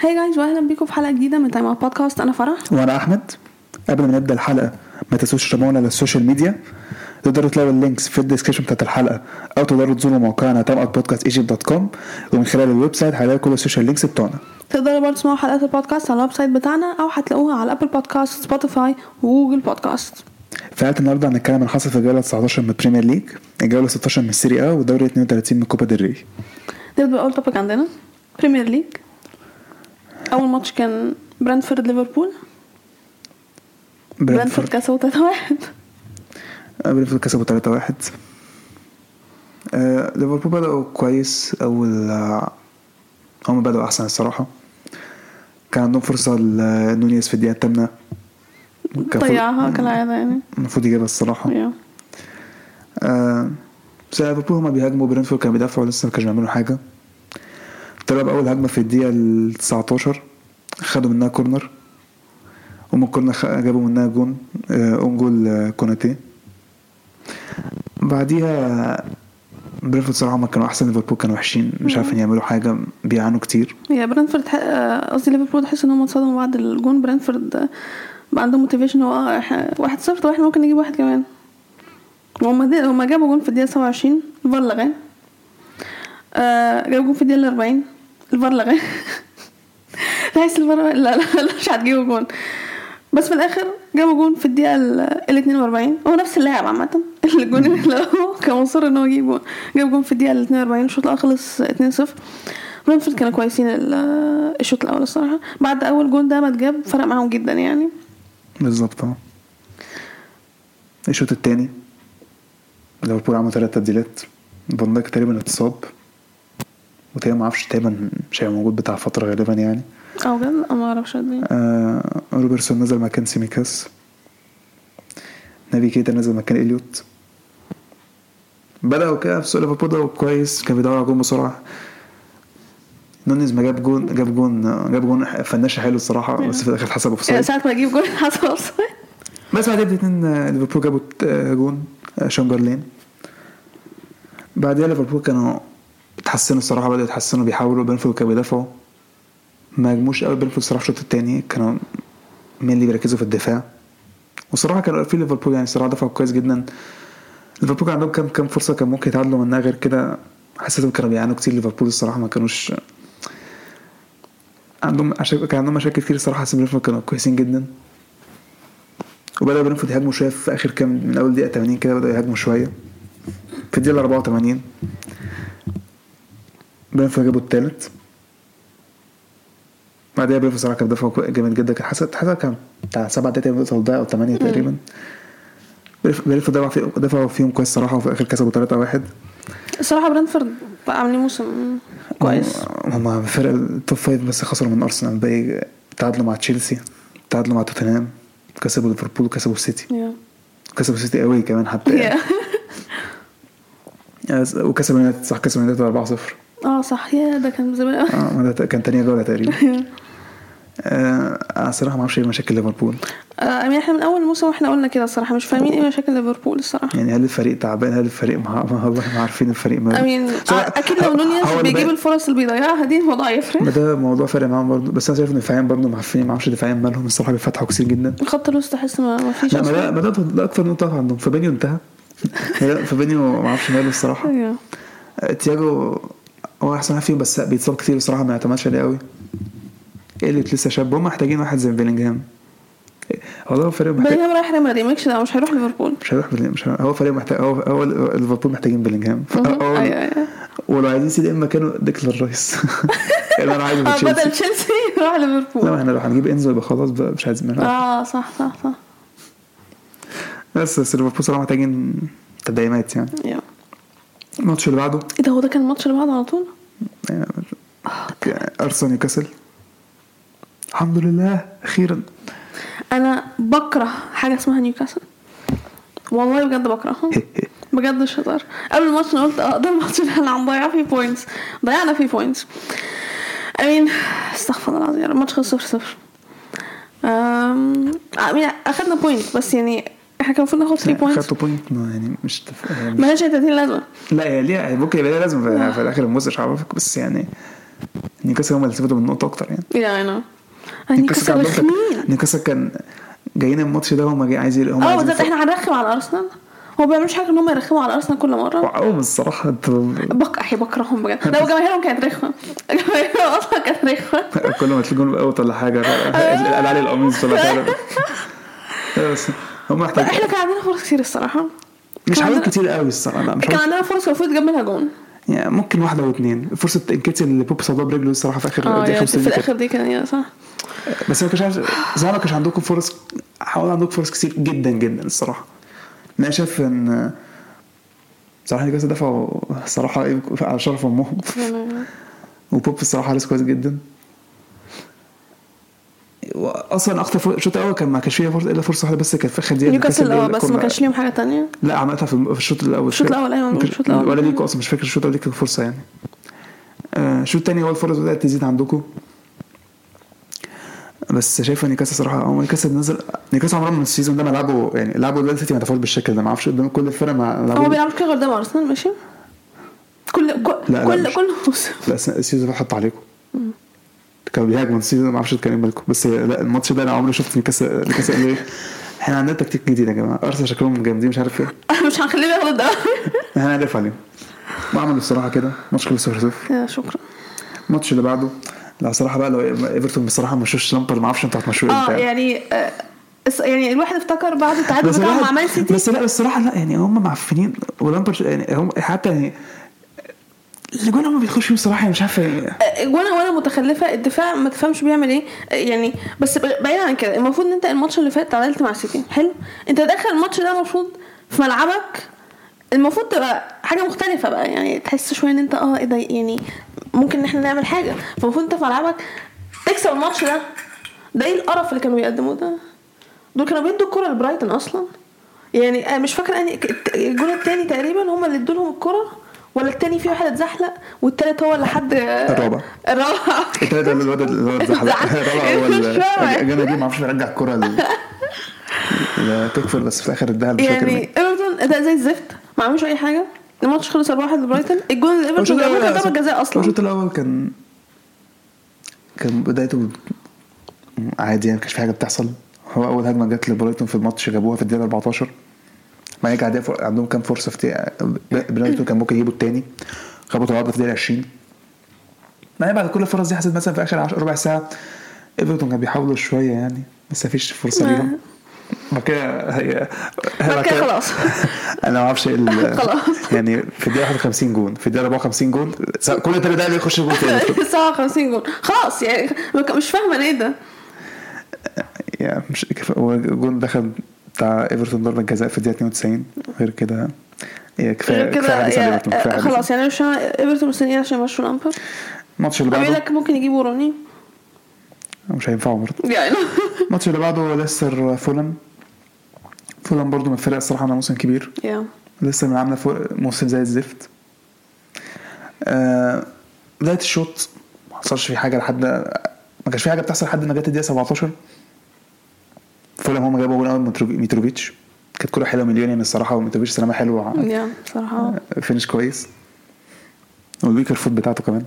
هاي جايز، واهلا بيكم في حلقه جديده من تايم اوت بودكاست. انا فرح وانا احمد. قبل ما نبدا الحلقه ما تنسوش تتابعونا على السوشيال ميديا. تقدروا تلاقوا اللينكس في الديسكربشن بتاعت الحلقه او تقدروا تزوروا موقعنا timeoutpodcast.egypt.com ومن خلال الويب سايت هتلاقوا كل السوشيال لينكس بتوعنا. تقدروا برضه تسمعوا حلقات البودكاست على الويب سايت بتاعنا او هتلاقوها على ابل بودكاست، سبوتيفاي وجوجل بودكاست. في حلقه النهارده هنتكلم عن حصل في الجوله 19 من البريمير ليج، الجوله 16 من السيري A والدوري 32 من كوبا ديل ري. نبدا اول توبيك عندنا بريمير ليج. اول ماتش كان برنتفورد ليفربول. برنتفورد كسبوا 3-1. برنتفورد كسبوا 3-1. ليفربول بدأوا كويس. هم بدأوا أحسن الصراحة. كان عندهم فرصة لنونيز في الدقيقة 8 ضيعها كالعادة، يعني المفروض يجيبها الصراحة. بس ليفربول هما بيهاجموا، برنتفورد كانوا بيدافعوا لسه ما كانوا بيعملوا حاجة. طلب أول هجمة في الدقيقة 19 خدوا منها كورنر، ومن كورنر جابوا منها جون جول كوناتي. بعديها برنتفورد صراحة ما كانوا أحسن، ليفربول كانوا وحشين، مش عارفين يعملوا حاجة، بيعانوا كتير. يا برنتفورد قصدي ليفربول تحس إنهم اتصدموا بعد الجون. برنتفورد بقى عندهم موتيفيشن، هو 1-0 واحد ممكن يجيب واحد كمان. وهم جابوا جون في الدقيقة 27 الفار لغاه. جابوا جون في الدقيقة 40 الفار لغاه. تحس الفار لا مش هتجيبوا جون، بس في الاخر جابوا جون في الدقيقه 42. هو نفس اللاعب عامه الجون اللي هو كان مصر انه يجيب جون. جاب جون في الدقيقه 42. الشوط الاول خلص 2-0. برنتفورد كانوا كويسين الشوط الاول الصراحه. بعد اول جون ده ما اتجاب فرق معاهم جدا يعني. بالظبط. الشوط الثاني ليفربول عملوا 3 تبديلات. فان دايك تقريبا اتصاب، وتقريبا ما اعرفش، تقريبا مش هيبقى موجود بتاع فتره غالبا يعني. جد ما اعرفش قد روبرتسون نزل مكان سيميكاس. نبي كيتا نزل مكان إليوت. بدأوا كده في ليفربول بدأوا كويس، كان بيدور على جون بسرعة. نونيز ما جاب جون فناشه حلو الصراحة، بس في الآخر حسب اوفسايد. ساعة ما يجيب جون حسب اوفسايد. بس بعدين الاثنين ليفربول جابوا جون شامبرلين. بعدين ليفربول كانوا اتحسنوا الصراحة، بدأوا يتحسنوا، بيحاولوا. برنتفورد كانوا بيدافعوا، ما هجموش قوي. برنتفورد صراحة الشوط الثاني كانوا مين اللي بيركزوا في الدفاع، وصراحة كانوا في ليفربول يعني صراحة دفعوا كويس جدا. ليفربول كان عندهم كم فرصة كان ممكن يتعادلوا منها، غير كده حسيتهم كانوا بيعانوا كتير. ليفربول الصراحة ما كانوش كان عندهم مشاكل كتير الصراحة. حسيت ليفربول كانوا كويسين جدا، وبدأ برنتفورد يهاجموا شوية في آخر كام من أول دقيقة 80 كده. بدأوا يهاجموا شوية في الدقيقة 84 برنتفورد جابوا الثالث. بعدها برنتفورد صراحة كان دفعوا جامد جدا. كان حسب كان بتاع 7 دقايق أو 8 تقريبا. برنتفورد دفعوا فيهم كويس صراحة، وفي الآخر كسبوا 3-1. الصراحة برنتفورد عاملين موسم كويس. هما فرق التوب 5 بس خسروا من أرسنال. باقي تعادلوا مع تشيلسي، تعادلوا مع توتنهام، كسبوا ليفربول وكسبوا السيتي. كسبوا السيتي قوي كمان حتى. وكسبوا يونايتد. صح، كسبوا يونايتد 4-0. صح، يا ده كان زمان. ده كان تانية جولة تقريبا. الصراحة ما اعرفش ايه مشاكل ليفربول. يعني احنا من اول الموسم واحنا قلنا كده الصراحة، مش فاهمين ايه مشاكل ليفربول الصراحة. يعني هل الفريق تعبان؟ هل الفريق ما عارفين الفريق اكيد لو نونيز بيجيب الفرص اللي بيضيعها دي الموضوع يفرق. ده موضوع فرق معاهم برضه. بس انا شايف ان دفاعيا برضه معفنين، ما اعرفش دفاعيا مالهم الصراحة، بيفتحوا كتير جدا. خط الوسط تحس ما فيش. لا ده اكتر نقطة عندهم. فابينيو انتهى. فابينيو ما اعرفش ماله الصراحة. تياجو هو احسن فيهم، بس بيتصاب كتير الصراحة، ما يعتمدش عليه قوي. اللي لسه شاب، هم محتاجين واحد زي بيلينغهام. والله فريق محتاج. بيلينغهام رايح ريال مدريد، مش هيروح ليفربول. هو فريق محتاج. هو ليفربول محتاجين بيلينغهام. ولو عايزين سيدي اما كانوا ديكلان رايس. انا عايز بدل تشيلسي يروح ليفربول. لا، احنا لو هنجيب انزو يبقى خلاص بقى، مش عايزين منه. صح. بس ليفربول صراحه محتاجين تدعيمات يعني. الماتش اللي بعده ايه ده؟ هو ده كان الماتش اللي بعده على طول. ارسنال نيوكاسل. الحمد لله اخيرا. انا بكره حاجه اسمها نيوكاسل، والله بجد بكرهها. بجد الشطار. قبل الماتش انا قلت ده الماتش اللي احنا هنضيع فيه بوينتس. ضيعنا فيه بوينتس. استغفر الله العظيم. الماتش خلص 0-0. اخدنا بوينت، بس يعني احنا كان المفروض ناخد 3 بوينتس. خدتوا بوينت يعني مش ما لهاش 30 لازمه. لا، هي ليه ممكن يبقى لازم في الاخر الموسم، مش عارفك، بس يعني نيوكاسل هم اللي استفادوا من النقطه اكتر يعني. انا نيوكاسل رخمين. نيوكاسل كان جايين الماتش ده هم عايزين بالظبط احنا هنرخم على ارسنال. هو بيعملوش حاجه ان هم يرخموا على ارسنال كل مره. الصراحه بكرههم بجد. لو جماهيرهم كانت رخمه جماهيرهم اصلا كانت رخمه كل ما تلاقيهم الاوت ولا حاجه قال عليه القميص ولا حاجه. بس هم محتاجين. احنا كان عندنا فرص كتير الصراحه. مش حاجات كتير قوي الصراحه. لا مش كان عندنا فرص المفروض نجيب منها جون يعني. ممكن واحده واثنين. فرصه انكيتي اللي بوب صدها برجله الصراحه في اخر دقيقه في الاخر دي كان صح. بس ما كانش عندكم فرص. حاول عندكم فرص كتير جدا جدا الصراحه. انا شايف ان صراحه نيوكاسل دفعوا الصراحه على شرف امهم. وبوب الصراحه حارس كويس جدا. اصلا اكتر شوط الاول كان ما كانش فيه فرصه الا فرصه واحده بس كانت في اخر دقيقه نيوكاسل بس ما كانش ليهم حاجه تانية. لا عملتها في الشوط الاول. ايوه الشوط الاول ولا ليكوا اصلا مش فاكر الشوط الاول كان فرصه يعني. الشوط الثاني هو الفرص بدات تزيد عندكم. بس شايف نيوكاسل صراحه او نيوكاسل عمره من السيزون ده ما لعبوا يعني. لعبوا دلوقتي سيتي ما دفعوش بالشكل ده. ما اعرفش قدام كل الفرق ما لعبوا. هو بيلعبوا كده غير قدام ارسنال ماشي. كل لا السيزون ده حط عليكم. كانوا بيهاجموا السيزون ما اعرفش كان بالكم. بس لا الماتش ده انا عمري شفت نيوكاسل ايه. احنا عندنا تكتيك جديد يا جماعه. ارسنال شكلهم جامدين مش عارف ايه. مش هنخليه ياخد الدوري. احنا هنعرف عليهم. ما عملوا الصراحه كده ماتش خلص 0-0. يا شكرا. الماتش اللي بعده لا صراحه بقى لو ايفرتون بصراحه مشوش لامبر ما اعرفش انتوا هتمشوه امتى يعني الواحد افتكر بعد التعادل بتاعهم مع مان سيتي. بس لا الصراحه لا يعني هم معفنين ولامبر يعني هم حتى يعني الجون هم بيخشوا فيه صراحه مش عارفه وانا متخلفه. الدفاع ما تفهمش بيعمل ايه يعني. بس بعيد عن كده المفروض ان انت الماتش اللي فات تعادلت مع سيتي حلو. انت داخل الماتش ده المفروض في ملعبك المفروض تبقى حاجه مختلفه بقى يعني. تحس شويه ان انت ايه ده يعني ممكن ان احنا نعمل حاجه. فالمفروض انت في ملعبك تكسب الماتش ده. ده ايه القرف اللي كانوا بيقدموه ده. دول كانوا بيدوا الكره لبرايتون اصلا يعني. مش فاكره اني الجول الثاني تقريبا هم اللي ادوا لهم الكره ولا التاني في واحد اتزحلق والتالت هو اللي حد الرابع التالت الواد اتزحلق. الرابع اول جانا دي ما اعرفش يرجع الكره لا تكفر بس في الاخر اداها مش فاكر يعني ايفرتون ده زي الزفت ما عملوش اي حاجه. الماتش خلص 4-1 لبرايتون. الجول اللي ايفرتون جابه كان ضربه جزاء اصلا. الشوط الاول كان بدايته عادي يعني مكانش في حاجه بتحصل. هو اول هجمه جت لبرايتون في الماتش جابوها في الدقيقه 14. ما يرجع عندهم كام فرصه في برايتون كان ممكن يجيبوا الثاني. خبطوا العرضه في الدقيقه 20. ما بعد كل الفرص دي حسيت مثلا في اخر ربع ساعه ايفرتون كان بيحاولوا شويه يعني بس مفيش فرصه ليهم. ما كده خلاص. انا ما اعرفش خلاص يعني في الدقيقه 51 جون في الدقيقه 54 جون كل 3 دقايق يخش جون تاني 57 جون خلاص يعني مش فاهمه ايه ده يعني. مش جون دخل بتاع ايفرتون ضربه جزاء في الدقيقه 92. غير كده كفايه خلاص يعني. مش ايفرتون مستنيين عشان يمشوا لامبر. الماتش اللي بعده لك ممكن يجيبوا روني مش هينفعوا برضه يعني. الماتش اللي بعده ليستر فولم برضه من الفرق الصراحه انا موسم كبير. لسه من عامله موسم زي الزفت. بدايه الشوط ما حصلش في حاجه لحد ما كانش في حاجه بتحصل لحد ما جت الدقيقه 17. فولم هم جابوا جول اول ميتروفيتش. كانت كره حلوه مليون يعني الصراحه. وميتروفيتش سلامه حلوه صراحه فينش كويس. والويكر فوت بتاعته كمان.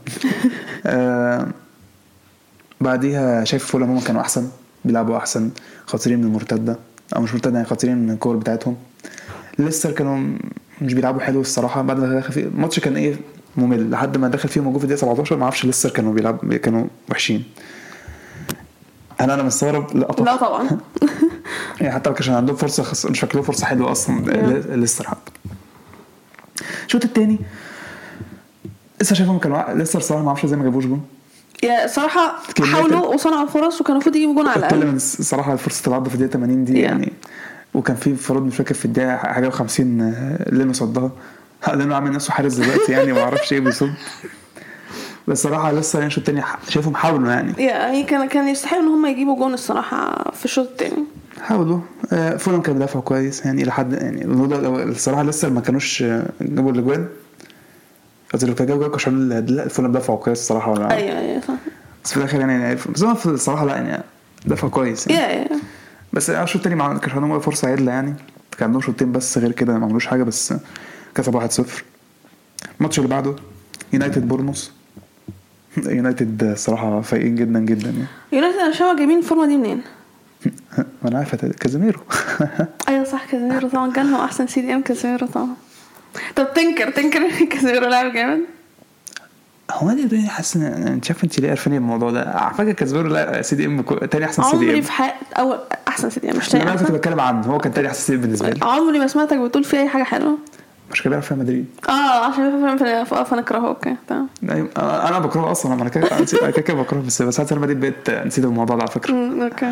بعديها شايف فولم هم كانوا احسن بيلعبوا احسن خاطرين من المرتده او مش مرتده يعني خاطرين من الكور بتاعتهم. ليستر كانوا مش بيلعبوا حلو الصراحه. بعد ما دخل في الماتش كان ممل لحد ما دخل فيهم جول في الدقيقه 17. ما اعرفش ليستر كانوا وحشين. انا مستغرب. لا طبعا يعني حتى كان عندهم فرصه مش فاكر فرصه حلوه اصلا ليستر. حتى الشوط الثاني لسه شايفهم كانوا ليستر صراحه ما اعرفش زي ما جابوش جول يا صراحه. حاولوا وصنعوا فرص وكانوا المفروض يجيبوا جول على الاقل. الصراحه الفرصه العرض في الدقيقه 80 دي يعني. وكان في فرص مش فاكر في الدقيقه حاجه 50 اللي صدها لانه عامل نفسه حارس دلوقتي يعني ما اعرفش ايه بيصد. بس صراحه لسه يعني الشوط الثاني شايفهم حاولوا يعني كان يستحق ان هم يجيبوا جون الصراحه في الشوط الثاني. حاولوا. فولم كان بيدافعوا كويس يعني لحد يعني الصراحه لسه ما كانوش جابوا الاجوان. لو كان جابوا عشان فولم دافعوا كويس الصراحه ولا ايوه صح. بس في الاخر يعني بس هو الصراحه لا يعني دافعوا كويس يعني. بس الشوط الثاني ما كانش عندهم فرصه عدله يعني. كان عندهم شوطين بس غير كده ما عملوش حاجه بس كسبوا 1-0. الماتش اللي بعده يونايتد بورنموث يونايتد الصراحه فايقين جدا جدا يعني. يونايتد انا شايفه جايبين الفورمه دي منين؟ انا عارفه كازيميرو. ايوه صح كازيميرو طبعا كان هو احسن سي دي ام كازيميرو طبعا. طب تنكر كازيميرو لاعب جامد. هو انا دلوقتي حاسس ان انت شايف انت ليه عارفين الموضوع ده؟ على فكره كازيميرو لا سي دي ام تاني احسن سي دي ام عمري في حياتي اول احسن سي دي ام مش تاني انا احسن. كنت بتكلم عنه هو كان تاني احسن سي دي ام بالنسبه لي. عمري ما سمعتك بتقول فيه اي حاجه حلوه. مش كده بيعرف في مدريد عشان فنكرهه. اوكي تمام. انا بكرهه اصلا. انا كده بكرهه بس انا مدريد بقيت نسيت الموضوع ده على فكره. اوكي.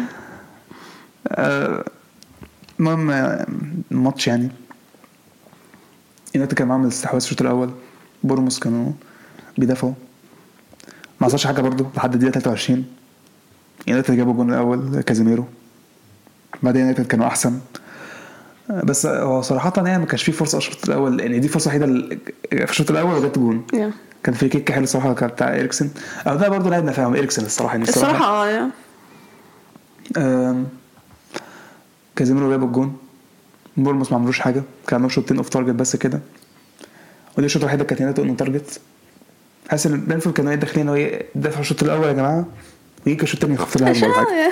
المهم الماتش يعني يونايتد كان معاهم الاستحواذ الشوط الاول. بورموس كانوا بيدافعوا ما حصلش حاجه برضو لحد الدقيقه 23. يونايتد جابوا الجون الاول كازيميرو. بعدين يونايتد كانوا احسن بس هو صراحه يعني ما كانش فيه فرصه الشوط الاول لان دي فرصه وحيده في الشوط الاول وجت جون. كان في كيك حلو صراحه كان بتاع إريكسن. ده برضو لعبنا فاهم إريكسن الصراحه يعني الصراحه كازيميرو جاب الجون. بورموس ما عملوش حاجه كان عندهم شوطين اوف تارجت بس كده ودي الشوط الوحيده كانت يونايتد اون تارجت. حاسس ان بنفيلد كانوا داخلين يدافعوا الشوط الاول يا جماعه ويجي الشوط الثاني يخطف لها ولا حاجه.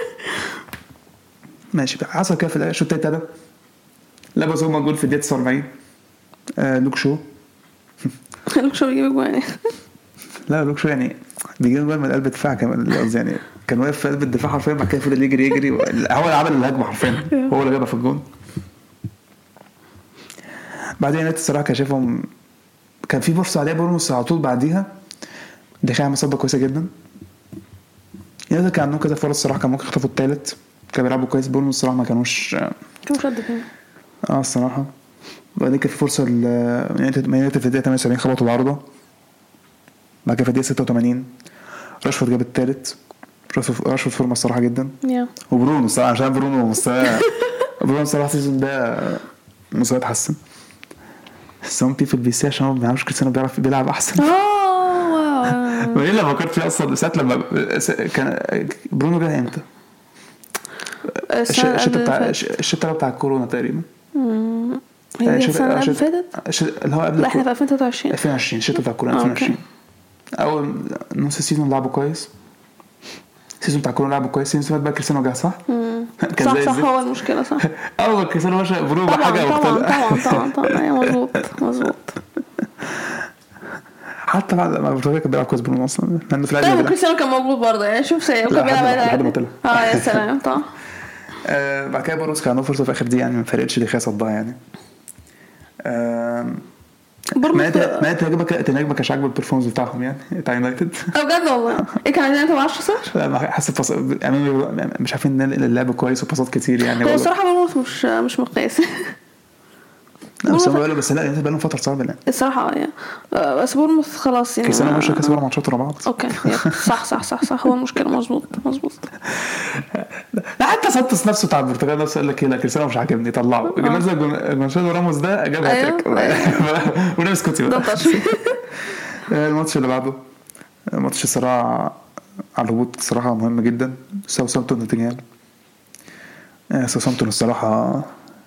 ماشي حصل كده في الشوط الثالث ده لبسوا هما جول في الدقيقه 49. لوك شو بيجيب جوان. لا لوك شو يعني بيجيب جوان من قلب الدفاع كمان قصدي يعني كان واقف في قلب الدفاع حرفيا بعد كده فضل يجري هو اللي عمل الهجمه حرفيا هو اللي جابها في الجون. بعدين الصراحه كان شايفهم كان في فرصه عليها بورموس على طول بعديها دفاع مصابه كويسه جدا. يعني كان عندهم كذا فرص صراحه كان ممكن يخطفوا الثالث كانوا بيلعبوا كويس. بورموس الصراحه ما كانوش قد كده الصراحه. بعدين كان في فرصه يونايتد في الدقيقه 78 خبطوا العارضه. بعد كده في الدقيقه 86 راشفورد جاب الثالث. راشفورد فورمه الصراحه جدا. وبرونو الصراحه عشان برونو الصراحه السيزون ده مستواه اتحسن. some people بيسي عشان ما بيعرفش كريستيانو بيعرف بيلعب احسن. ما ايه لما فكرت فيه اصلا ساعه لما كان برونو جه امتى؟ الشتاء بتاع الكورونا تقريبا. هي السنه اللي فاتت اللي هو قبل لا احنا في 2023 الشتاء بتاع الكورونا 2020. اول نص السيزون لعبوا كويس. السيزون بتاع الكورونا لعبوا كويس. السيزون بقى كريستيانو جه صح صح هو المشكله صح. اول كريستيانو ماشي برونو حاجه طبعا مظبوط حتى بعد ما بتفكر كان بيلعب كويس برونو اصلا لانه في العادي كريستيانو كان موجود برضه يعني شوف سيء كان بيلعب يا سلام طبعا. بعد كده بورموس كان عنده فرصه في اخر دي يعني ما فرقتش دي خاصه صدها يعني. ما تنجمك كاش عاجبك البرفورمانس بتاعهم يعني بتاع يونايتد بجد والله. ايه كان عندنا 10 لا ما حسيت مش عارفين ان اللعب كويس وباصات كتير يعني. هو الصراحه بورموس مش مقياس. بس لا انت بقى لهم فتره صعبه يعني الصراحه يعني بس بورموث خلاص يعني كريستيانو مش كسب ولا ماتشات ورا بعض. اوكي صح هو المشكله مظبوط لا حتى سانتوس نفسه بتاع البرتغال نفسه قال لك لا كريستيانو مش عاجبني طلعه جنازه جونسالو راموس ده جاب هاتريك ونفس كوتي بقى. الماتش اللي بعده ماتش الصراحه على الهبوط الصراحه مهم جدا. ساوثهامبتون نوتنغهام. ساوثهامبتون الصراحه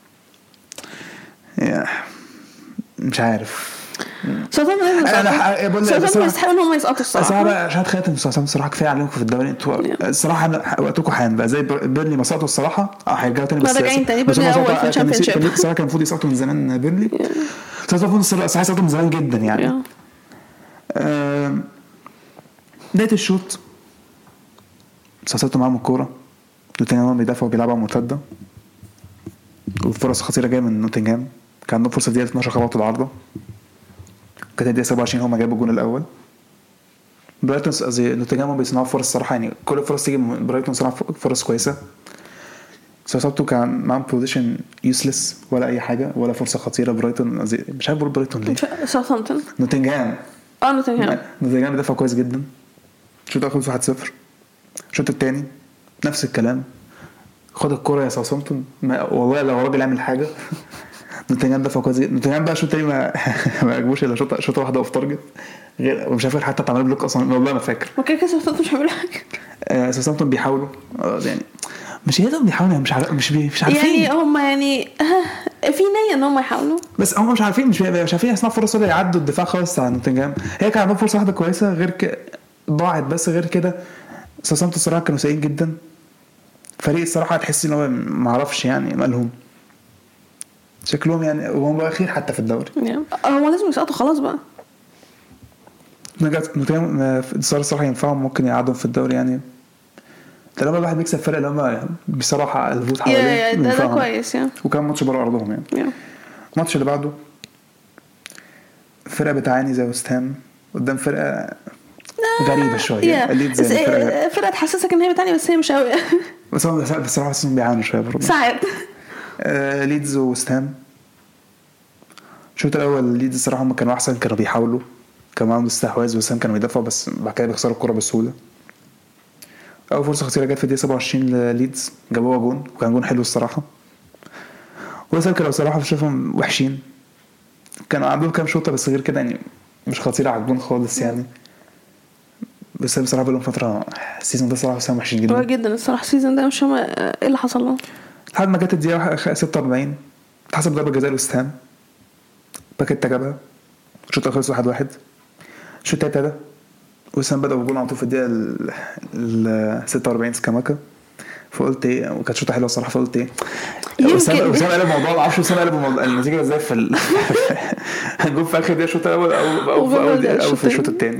مش عارف ساوثهامبتون يستحقوا ان هم يسقطوا الصراحه. بقى عشان خاطر ساوثهامبتون الصراحه كفايه عليكم في الدوري انتوا الصراحه وقتكم حان بقى زي بيرلي ما سقطوا الصراحه هيرجعوا تاني بس راجعين تاني بيرلي اول في الشامبيونشيب الصراحه كان المفروض يسقطوا من زمان. بيرلي ساوثهامبتون الصراحه يسقطوا من زمان جدا يعني. بدايه الشوط ساوثهامبتون معاهم الكوره نوتنغهام بيدافعوا بيلعبوا مرتده وفرص خطيره جايه من نوتنغهام. كان عندهم فرصه دقيقه 12 خبطوا العارضه. كانت الدقيقه 27 هم جابوا الجون الاول. برايتون نوتنغهام بيصنعوا فرص صراحه يعني كل الفرص تيجي من برايتون صنع فرص كويسه. ساوثهامبتون كان معاهم بوزيشن يوسلس ولا اي حاجه ولا فرصه خطيره. برايتون مش عارف برايتون ليه. ساوثهامبتون نوتنغهام بيدافع كويس جدا. الشوط الاول 1-0. الشوط الثاني نفس الكلام. خد الكرة يا ساوثهامبتون والله لو راجل عامل حاجه. نوتنغهام دفع كويس. نوتنغهام بقى شوط تاني ما عجبوش الا شوطه واحده اوف تارجت غير مش فاكر حتى تعمل بلوك اصلا والله ما فاكر. ما كان ساوثهامبتون مش عامل حاجه. ساوثهامبتون بيحاولوا يعني مش هيقدروا بيحاولوا مش عارفين يعني هم يعني في نيه ان هم يحاولوا بس هم مش عارفين يصنعوا فرصه ولا يعدوا الدفاع خالص على نوتنغهام. هي كان عندهم فرصه واحده كويسه غير ضاعت. بس غير كده ساسانتو الصراحه كانوا سيئين جدا. فريق الصراحه تحس ان هو ما اعرفش يعني مالهم شكلهم يعني، وهم اخير حتى في الدوري. هو لازم يسقطوا خلاص بقى. صار الصراحه ينفعهم ممكن يقعدوا في الدوري يعني. لما الواحد بيكسب فرق لما بصراحه الفوت حواليه ده كويس يعني. وكان ماتش بره ارضهم يعني. الماتش اللي بعده فرقه بتعاني زي وست هام قدام فرقه غريبه شويه. الليدز فرقه تحسسك ان هي بتعاني بس هي مش قوي. بس هم بصراحه حاسسهم بيعانوا شويه برضه ساعات. ليدز ووست هام الشوط الاول ليدز الصراحه هم كانوا احسن، كانوا بيحاولوا، كان معاهم استحواذ، وست هام كانوا بيدافعوا بس بعد كده بيخسروا الكره بسهوله. اول فرصه خطيره جت في الدقيقه 27 لليدز جابوها جون، وكان جون حلو الصراحه. وست هام كانوا بصراحه بشوفهم وحشين، كانوا عندهم كام شوطه بس غير كده يعني مش خطيره على الجون خالص يعني. بس بصراحه بقالهم فتره السيزون ده صراحه سام وحشين جدا جدا الصراحه. السيزون ده مش هم ايه اللي حصل لهم لحد ما جت الدقيقه 46 اتحسب ضربه جزاء لوست هام، باكيتا جابها، الشوط خلص 1-1. الشوط الثاني ابتدى وسام بدأ بجول على طول في الدقيقه ال 46 سكاماكا. فقلت ايه، وكانت شوطه حلوه الصراحه. فقلت ايه وسام قلب الموضوع، ما اعرفش وسام قلب النتيجه ازاي في هنجيب في اخر دقيقه الشوط الاول او في الشوط الثاني.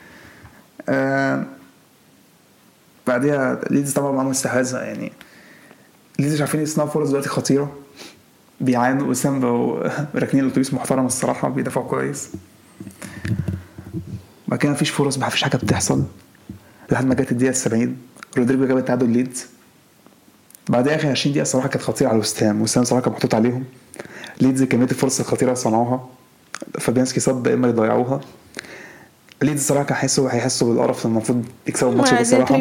بعدها ليدز طبعا معاهم استحواذ يعني. ليدز مش عارفين يصنعوا فرص دلوقتي خطيره، بيعانوا. وسام بقوا راكنين الاتوبيس محترم الصراحه، بيدافعوا كويس. ما كان مفيش فرص، ما فيش حاجه بتحصل لحد ما جت الدقيقه 70 رودريجو جاب التعادل ليدز. بعد اخر 20 دقيقه الصراحه كانت خطيره على وستام الصراحه كان محطوط عليهم. ليدز كميه الفرص الخطيره صنعوها، فابيانسكي صد اما يضيعوها. ليدز الصراحه كان هيحسوا بالقرف، المفروض يكسبوا الماتش بصراحه.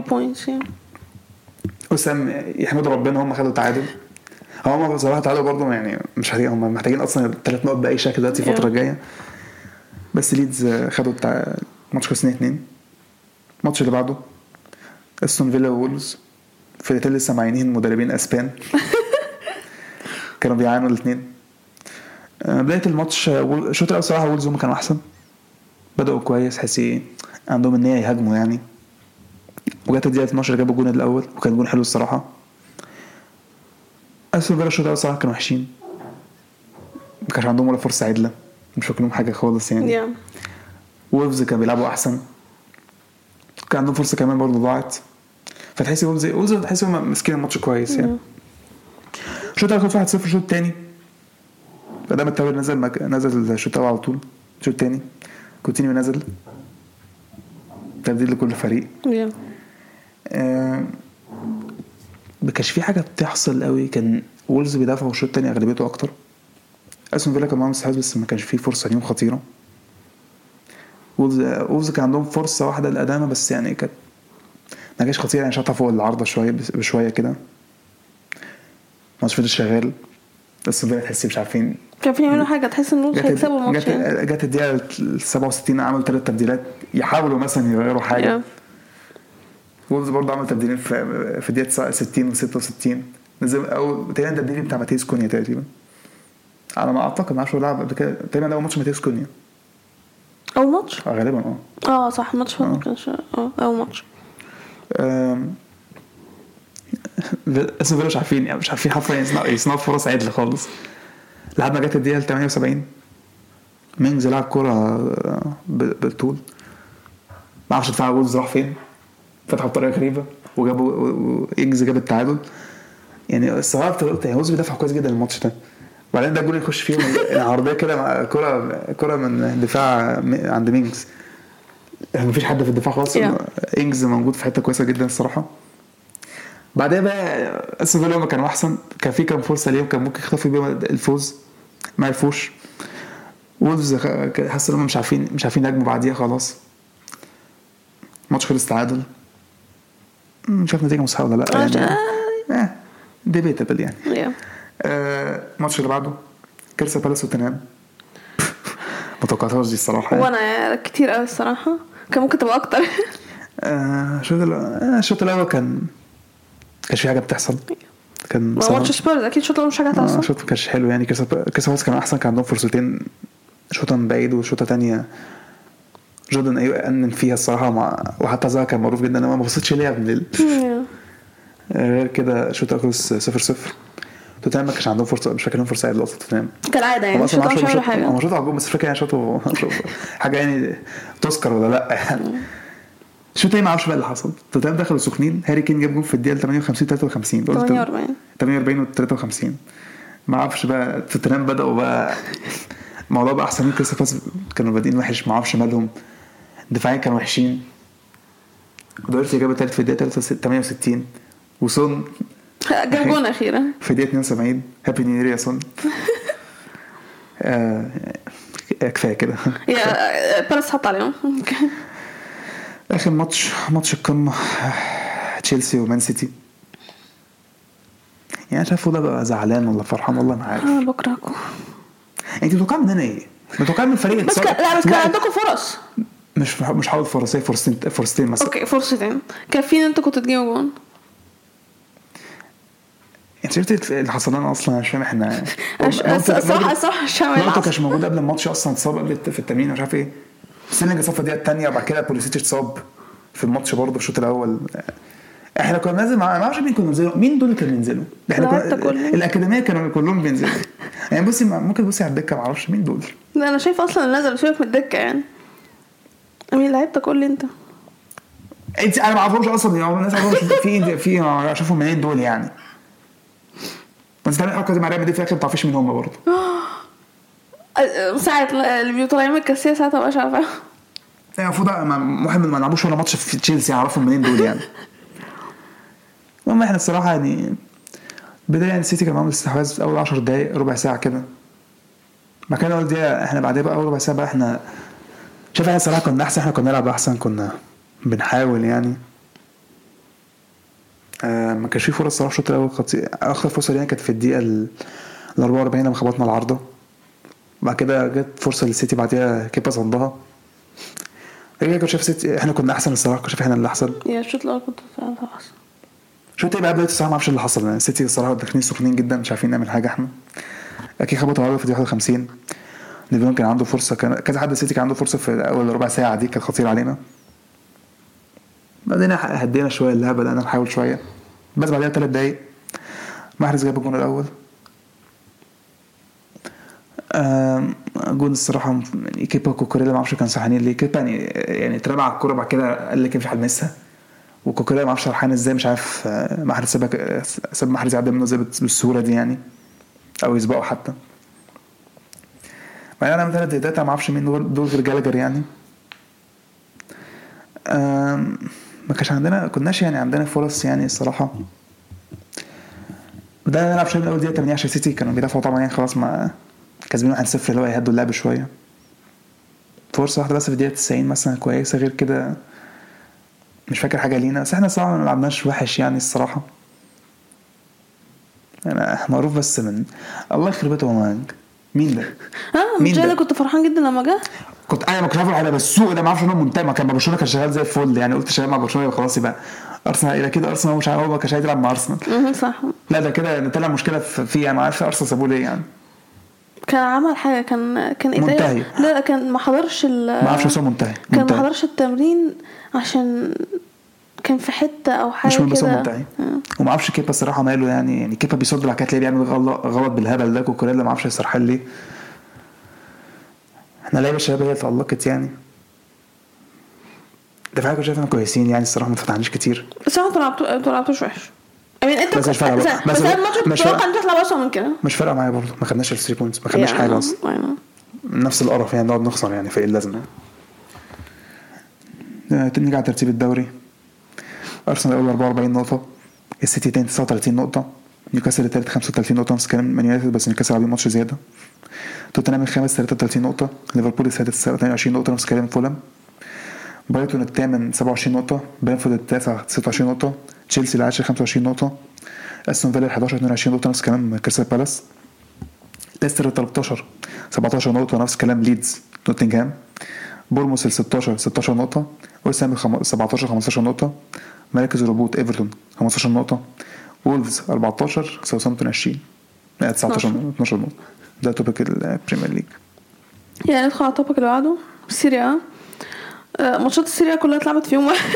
وسام يحمدوا ربنا هم خدوا تعادل. هم بصراحه تعادل برضه يعني مش هتيجي، هم محتاجين اصلا 3 نقط باي شكل دلوقتي الفتره الجايه. بس ليدز خدوا ماتش خلص 2-2. الماتش اللي بعده استون فيلا وولز، فرقتين لسه معينين مدربين اسبان كانوا بيعانوا الاثنين. بدايه الماتش الشوط الاول صراحه وولز هم كانوا احسن، بدأوا كويس، حسي عندهم النية يهاجموا يعني. وجات الدقيقة 12 جابوا الجون الأول وكان جون حلو الصراحة. أستون فيلا الشوط الأول صراحة كانوا وحشين، ما كانش عندهم ولا فرصة عدلة، مش فاكرهم حاجة خالص يعني. وولفز كانوا بيلعبوا أحسن، كان عندهم فرصة كمان برضه ضاعت. فتحسي وولفز تحسيهم مسكين الماتش كويس يعني. الشوط الأول خلص 1-0. الشوط الثاني بدأ التاور نزل الشوط الأول على طول. الشوط الثاني كوتينيو نزل تبديل لكل فريق. بكاش في حاجه بتحصل قوي. كان وولز بيدافعوا الشوط الثاني اغلبيته اكتر. استون فيلا كان معاهم استحواذ بس ما كانش فيه فرصه ليهم خطيره. وولز كان عندهم فرصه واحده للادامه بس يعني كانت ما جاش خطيره يعني، شاطها فوق العارضه بشويه كده. ماتش فضل شغال بس فيلا تحسي مش عارفين كان يعملوا حاجه، تحس ان وولز هيكسبوا الماتش. جت الدقيقه 67 عملوا 3 تبديلات يحاولوا مثلا يغيروا حاجه. وولز برضه عمل تبديلين في الدقيقه 60 و66 نزل او تقريبا التبديل بتاع ماتيس كونيا تقريبا على ما اعتقد، ما اعرفش لعب قبل كده تقريبا. اول ماتش ماتيس كونيا اول ماتش غالبا صح ماتش ما كانش اول ماتش. اسمه مش عارفين يعني، مش عارفين حرفيا يصنعوا فرص عدل خالص لحد ما جت الدقيقه 78. مينجز لعب كرة بالطول، ما اعرفش دفاع وولز راح فين، فتحوا بطريقه غريبه وجابوا إيجز جاب التعادل يعني. الصراحه قلت وولز بيدافع كويس جدا الماتش ده. وبعدين ده الجول يخش فيهم العرضيه كده، كرة من دفاع عند مينجز، مفيش حد في الدفاع خالص. إيجز موجود في حته كويسه جدا الصراحه. بعدين بقى استون فيلا كانوا احسن، كان في كام فرصه ليهم كان ممكن يخطفوا بيهم الفوز، ما عرفوش. وولفز حاسس انهم مش عارفين يهاجموا بعديها خلاص. ماتش خلص تعادل، مش عارف نتيجه مصحه ولا لا يعني ديبيتابل يعني. الماتش اللي بعده كريستال بالاس وتنام ما توقعتهاش دي الصراحه وانا كتير قوي الصراحه، كان ممكن تبقى اكتر. الشوط الاول كانش في حاجه بتحصل. كان ماتش سبيرز اكيد الشوط الاول مش حاجه هتحصل. الشوط ما كانش حلو يعني. كريستال بالاس كان احسن، كان عندهم فرصتين، شوطه من بعيد وشوطه تانية جوردن ايوه انن فيها الصراحه وحتى زها كان معروف جدا. انا ما بصيتش ليها من غير كده شوت اكروس 0-0. توتنهام ما كانش عندهم فرصه، مش فاكر لهم فرصه ايه اصلا توتنهام كالعاده يعني، مش عارف حاجه. هم شوطوا على الجول بس فاكر يعني شوطوا حاجه يعني تذكر ولا لا يعني. شو تاني ما اعرفش بقى اللي حصل. توتنهام دخلوا سخنين، هاري كين جاب جول في الدقيقه 58 48 و53 ما اعرفش بقى. توتنهام بداوا بقى الموضوع بقى احسن من كريستال بالاس، كانوا بادئين وحش ما اعرفش مالهم، دفاعيا كانوا وحشين. دورتي جاب الثالث في الدقيقه 68 وسون جاب جون اخيرا في الدقيقه 72. هابي نيو يير يا سون. كفايه كده يا بالاس حط عليهم. اخر ماتش القمه تشيلسي ومان سيتي. يعني شايفه ده بقى زعلان ولا فرحان والله ما عارف. انا بكرهكم. انت متوقع مننا ايه؟ متوقع من الفريق بس لا بس كان عندكم فرص. مش حاول فرص، فرصتين مثلا. اوكي فرصتين كافيين انتوا كنتوا تجيبوا جون. انت شفت اللي حصل لنا اصلا؟ مش فاهم احنا صح الشامل ما كانش موجود قبل الماتش اصلا، اتصاب قبل في التمرين مش عارف ايه. سيلينج اتصاب في الدقيقه الثانيه وبعد كده بوليسيتش اتصاب في الماتش برضه في الشوط الاول. احنا كنا نازل ما اعرفش مين كنا ننزلوا، مين دول اللي كانوا بينزلوا. احنا الاكاديميه كانوا كلهم بينزلوا يعني. بصي ممكن بصي على الدكه ما اعرفش مين دول. لا انا شايف اصلا نزل شويه من الدكه يعني. مين لعيبتك قول لي انت انا ما اعرفهمش اصلا يعني. الناس عارفين في اشوفهم منين دول يعني. بس تعمل حركه زي مريم دي في الاخر ما تعرفيش مين هم برضه. ساعه اللي بيطلعوا من الكاسيه ساعتها مش عارفه يعني. المفروض محمد ما لعبوش ولا ماتش في تشيلسي يعرفهم منين دول يعني. المهم احنا الصراحه يعني بدايه يعني السيتي كان معاهم استحواذ اول 10 دقايق ربع ساعه كده. ما كان اول دقيقه احنا بعدها بقى اول ربع ساعه بقى احنا شايف احنا الصراحه كنا احسن. احنا كنا نلعب احسن، كنا بنحاول يعني. ما كانش في فرص صراحه الشوط الاول. اخر فرصه لينا كانت في الدقيقه ال 44 لما خبطنا العارضه. بعد كده جت فرصه للسيتي بعديها كيبا صدها. كنت شايف سيتي احنا كنا احسن الصراحه. كنت شايف احنا اللي احسن. يا الشوط الاول كنت احسن. شو تبقى بدايه الصراحه ما اعرفش اللي حصل يعني. السيتي الصراحه داخلين سخنين جدا مش عارفين نعمل حاجه. احنا اكيد خبطوا العارضه في 51. ليفون كان عنده فرصه، كان كذا حد السيتي كان عنده فرصه في اول ربع ساعه دي كانت خطيره علينا. بعدين هدينا شويه اللعبه، بدانا نحاول شويه بس بعدها 3 دقايق محرز جاب الجون الاول. جون الصراحه يعني كيبا وكوكوريلا ما اعرفش كان سرحانين ليه. كيبا يعني اترمى على الكوره بعد كده قال لك مش هلمسها، وكوكوريلا ما اعرفش سرحان ازاي مش عارف. محرز ساب محرز يعدي منه زي بالسهوله دي يعني، او يسبقه حتى. بعدين انا من 3 دقايق ما اعرفش مين دول غير جالجر يعني. ما كانش عندنا كناش يعني عندنا فرص يعني الصراحه. بدأنا نلعب شويه من اول دقيقه 8 عشان سيتي كانوا بيدافعوا طبعا يعني خلاص ما كسبين 1-0 اللي هو يهدوا اللعب شويه. فرصه واحده بس في الدقيقه 90 مثلا كويسه، غير كده مش فاكر حاجه لينا. بس احنا الصراحه ما لعبناش وحش يعني الصراحه. انا معروف بس من الله يخرب بيته ومانج. مين ده؟ مين ده؟ كنت فرحان جدا لما جه. كنت انا ما كنتش عارف على السوق ده، ما اعرفش انه منتهي. ما كان برشلونه كان شغال زي الفل يعني. قلت شغال مع برشلونه خلاص يبقى ارسنال الى كده. ارسنال مش عارف هو ما كانش هيلعب مع ارسنال. صح. لا ده كده طلع مشكله في يعني ما عارف ارسنال سابوه ليه يعني. كان عمل حاجه كان ايه منتهي. لا كان ما حضرش ما اعرفش هو منتهي. كان ما حضرش التمرين عشان كان في حته او حاجه مش كده منتهي. وما اعرفش كيبا الصراحه ماله يعني كيبا بيصد بعد كده تلاقيه بيعمل غلط بالهبل ده. وكوريلا ما اعرفش يسرح ليه. احنا لعيبه الشباب هي اتألقت يعني. دفاعكم شايفنا كويسين يعني الصراحه ما فتحناش كتير. بس انتوا لعبتوش وحش. انت بس مش فارقه بس الماتش بتوقع انت تطلع اصلا من كده. مش فارقه معايا برضه. ما خدناش ال3 بوينتس، ما خدناش حاجه اصلا. نفس القرف يعني نقعد نخسر يعني في ايه اللازمه. نرجع ترتيب الدوري. ارسنال اول 44 نقطه، السيتي 39 نقطه، نيوكاسل الثالث 35 نقطه نفس الكلام مان يونايتد بس نيوكاسل عليه ماتش زياده. توتنهام الخامس 33 نقطه، ليفربول السادس 22 نقطه نفس الكلام فولهام. برايتون الثامن 27 نقطه، برينفورد التاسع 26 نقطه، تشيلسي العاشر 25 نقطه، استون فيلا 11 22 نقطه نفس الكلام كريستال بالاس. ليستر 13 17 نقطه نفس الكلام ليدز نوتنغهام. بورموس 16 نقطه، وسام 17 15 نقطه. مراكز الهبوط ايفرتون 15 نقطه، وولفز 14، ساوثهامبتون 20 19 12 نقطه. ده توبك البريمير ليج. يعني ندخل على التوبك اللي بعده سيريا. ماتشات السيريا كلها اتلعبت في يوم واحد.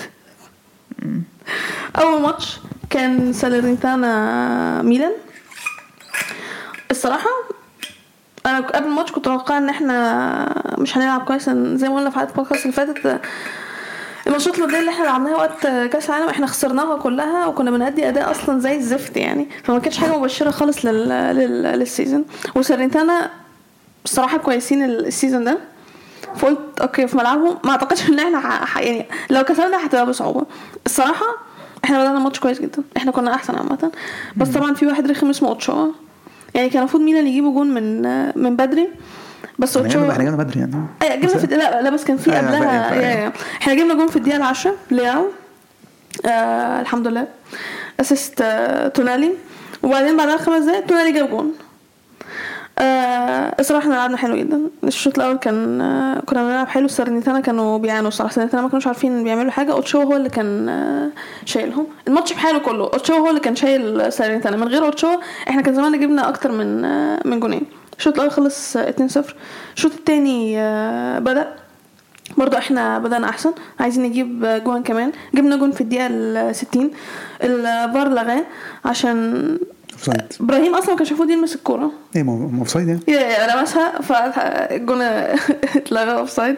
اول ماتش كان سالرنتانا ميلان. الصراحه انا قبل الماتش كنت متوقعه ان احنا مش هنلعب كويس، زي ما قلنا في حلقه البودكاست اللي فاتت. الماتشات اللي احنا لعبناها وقت كاس العالم احنا خسرناها كلها وكنا بنأدي اداء اصلا زي الزفت يعني، فما كانتش حاجه مبشره خالص للسيزون. وسالرنتانا الصراحه كويسين السيزون ده، فقلت اوكي في ملعبهم ما اعتقدش ان احنا يعني لو كسبنا هتبقى بصعوبه. الصراحه احنا بدأنا الماتش كويس جدا، احنا كنا احسن عامه، بس طبعا في واحد رخم اسمه اوتشوا. يعني كان المفروض ميلان يجيبوا جون من بدري، بس اوتشوا احنا جبنا بدري يعني. جبنا في لا بس كان في قبلها احنا جبنا جون في الدقيقه 10 لياو. الحمد لله اسيست تونالي، وبعدين بعدها 5 دقايق تونالي جاب جون. الصراحه احنا لعبنا حلو جدا. الشوط الاول كنا بنلعب حلو. سيرنيتانا كانوا بيعانوا الصراحه، سيرنيتانا ما كانوش عارفين بيعملوا حاجه. اوتشو هو اللي كان شايلهم الماتش بحاله كله. اوتشو هو اللي كان شايل سيرنيتانا، من غير اوتشو احنا كان زمان جبنا اكتر من جونين. الشوط الاول خلص 2-0. الشوط الثاني بدا برضو احنا بدأنا احسن، عايزين نجيب جون كمان. جبنا جون في الدقيقه 60. الفار لغاه عشان اوفسايد. ابراهيم اصلا كان شافوه يلمس الكوره. ايه ما اوفسايد يعني. يا لمسها فالجون اتلغى اوفسايد.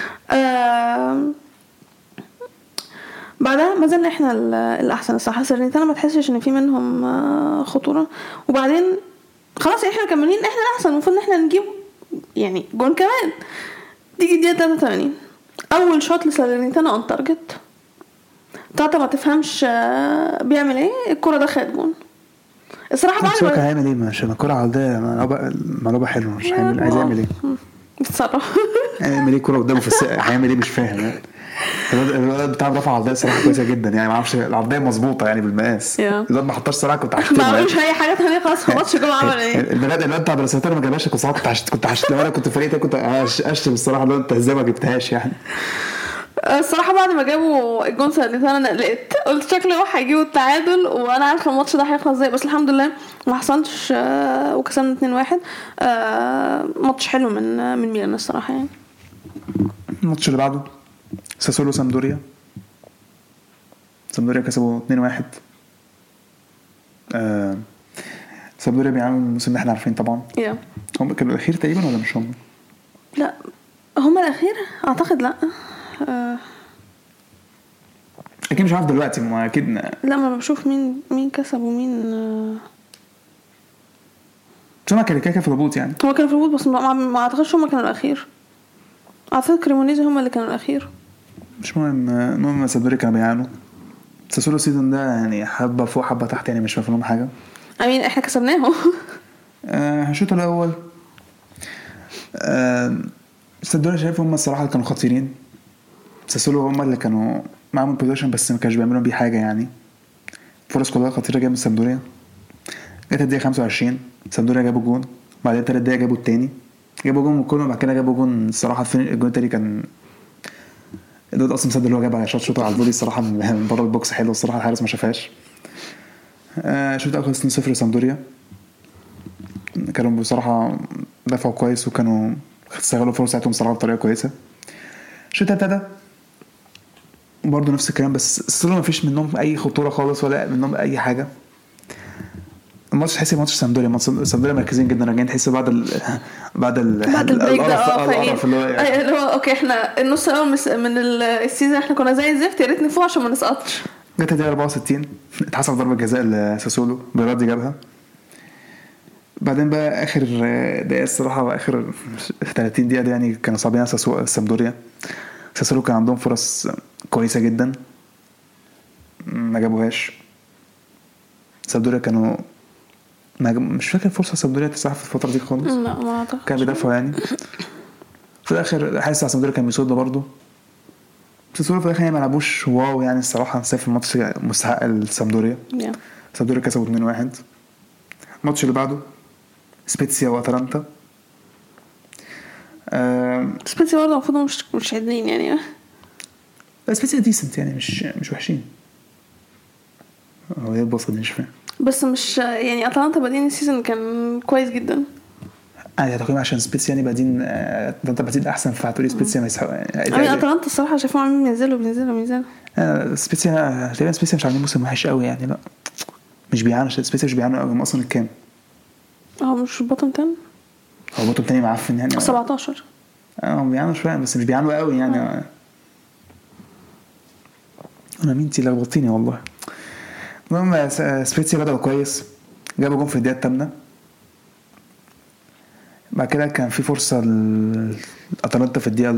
بعدها ما زلنا احنا الاحسن الصراحه. سيرنيتانا ما تحسش ان في منهم خطوره، وبعدين خلاص احنا كملين احنا الاحسن، المفروض ان احنا نجيب يعني جون كمان. تيجي الدقيقه 83 اول شوط لسيرنيتانا اون تارجت. طاطا ما تفهمش بيعمل ايه، الكره دخلت جون. الصراحه بعد ما كان هيعمل ايه؟ مش الكره عاديه ملعوبه حلو، مش عايز يعمل ايه؟ بتصرف هيعمل ايه؟ كره قدامه في السقف هيعمل ايه؟ مش فاهم يعني. الولد بتاع رفع عرضيه صراحه كويسه جدا يعني، ما اعرفش العرضيه مظبوطه يعني بالمقاس. الولد ما حطاش صراحه كنت هشتمه. ما مش اي حاجه ثانيه خالص. ماتش جمعه عمل ايه؟ الولد بتاع برساتير ما جابهاش. كنت لو انا كنت فريقي كنت اشتم الصراحه. لو انت ازاي ما جبتهاش يعني. الصراحه بعد ما جابوا الجون ساعتها انا قلقت، قلت شكله هيجيبوا التعادل وانا عارفه الماتش ده هيخلص ازاي، بس الحمد لله ما حصلش وكسبنا 2-1. ماتش حلو من ميلان الصراحه يعني. الماتش اللي بعده ساسولو سامدوريا. سامدوريا كسبوا 2-1. سامدوريا بيعملوا الموسم اللي احنا عارفين طبعا. هم كانوا الاخير تقريبا ولا مش هم؟ لا هم الاخير اعتقد. لا اكيد مش عارف دلوقتي. ما اكيد لا ما بشوف مين كسب ومين. شو ما كان في الهبوط يعني. هو كان في الهبوط بس ما اعتقدش هم كانوا الاخير. اعتقد كريمونيزي هم اللي كانوا الاخير. مش مهم. المهم سامدوريا كانوا بيعانوا. ساسولو السيزون ده يعني حبه فوق حبه تحت يعني، مش فاهم حاجه. امين احنا كسبناهم. الشوط الاول سامدوريا شايف هم الصراحه كانوا خطيرين. ساسولو هم اللي كانوا معهم بوزيشن بس ما كانش بيعملوا بيه حاجه يعني. فرص كلها خطيره جايه من سامدوريا. جت الدقيقه 25 سامدوريا جابوا جون، بعدين 3 دقايق جابوا الثاني، جابوا جون كله. بعد كده جابوا جون الصراحه في الجون الثاني كان الواد اصلا مسدد اللي هو جاب على شوط على الفولي الصراحه من بره البوكس حلو الصراحه، الحارس ما شافهاش. شوط اول 2-0 سامدوريا. كانوا بصراحه دفعوا كويس وكانوا استغلوا فرصتهم صراحه بطريقه كويسه. الشوط ابتدى برضه نفس الكلام، بس الصراحه ما فيش منهم اي خطوره خالص ولا منهم اي حاجه. الماتش تحس ماتش سامدوريا مركزين جدا، راجعين تحس بعد البريك ده اللي هو اوكي احنا النص الاول من السيزون احنا كنا زي الزفت، يا ريت نفوق عشان ما نسقطش. جت الدقيقه 64 اتحسب ضربه جزاء لساسولو، بيرادي جابها. بعدين بقى اخر دقيقه الصراحه واخر 30 دقيقه يعني كانوا صعبين على سامدوريا. ساسولو كان عندهم فرص كويسه جدا ما جابوهاش. سامدوريا كانوا مش فاكر فرصه سامدوريا تسعى في الفتره دي خالص. لا ما اعتقد. كان بيدافعوا يعني. في الاخر حاسس على سامدوريا كان بيصد برضه. ساسولو في الاخر ما لعبوش واو يعني الصراحه. شايف الماتش مستحق لسامدوريا. سامدوريا كسبوا 2-1. الماتش اللي بعده سبيتسيا واتلانتا. سبيتسيا برضه المفروض مش عادلين يعني. سبيتسيا ديسنت يعني مش وحشين. هو يبص مش فاهم. بس مش يعني اتلانتا بادين السيزون كان كويس جدا. يعني تقييم عشان سبيتسيا يعني بعدين انت بعدين احسن فهتقولي سبيتسيا ما يسحق انا اتلانتا الصراحه شايفهم عاملين بينزلوا سبيتسيا تقريبا سبيتسيا مش عاملين موسم وحش قوي يعني لا مش بيعانوا سبيتسيا مش بيعانوا قوي هم اصلا الكام مش بطل تاني هو بطل تاني معفن يعني 17 هم بيعانوا شويه بس مش بيعانوا قوي يعني انا مين تي لخبطتيني والله المهم سبيتسيا بدأوا كويس جابوا جون في الدقيقه الثامنه بعد كده كان في فرصه لاتلانتا في الدقيقه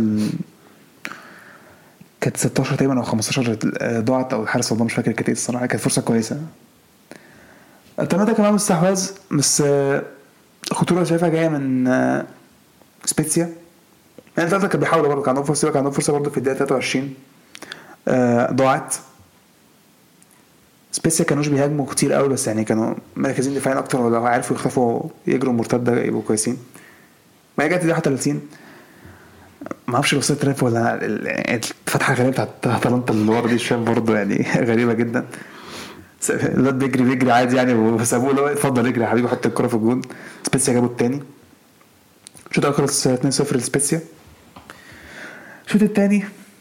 كانت 16 تقريبا او 15 ضاعت او الحارس والله مش فاكر كانت ايه الصراحه كانت فرصه كويسه اتلانتا كمان مستحوذ بس خطوره شايفها جايه من سبيتسيا يعني اتلانتا كان بيحاولوا برضه كان عندهم فرصه برضه في الدقيقه 23 ضاعت سبيسيا كانوش بيهاجموا كتير قوي بس يعني كانوا مركزين دفاعيا اكتر ولو عرفوا يخطفوا يجروا مرتده يبقوا كويسين ما هي جت دي 31 ما اعرفش لو صرت تراف ولا الفتحه غريبه بتاعت اتلانتا اللي ورا دي شويه برضه يعني غريبه جدا الواد بيجري عادي يعني وسابوه له اتفضل اجري يا حبيبي حط الكره في الجون سبيسيا جابوا الثاني الشوط الاول خلص 2-0 لسبيسيا الشوط الثاني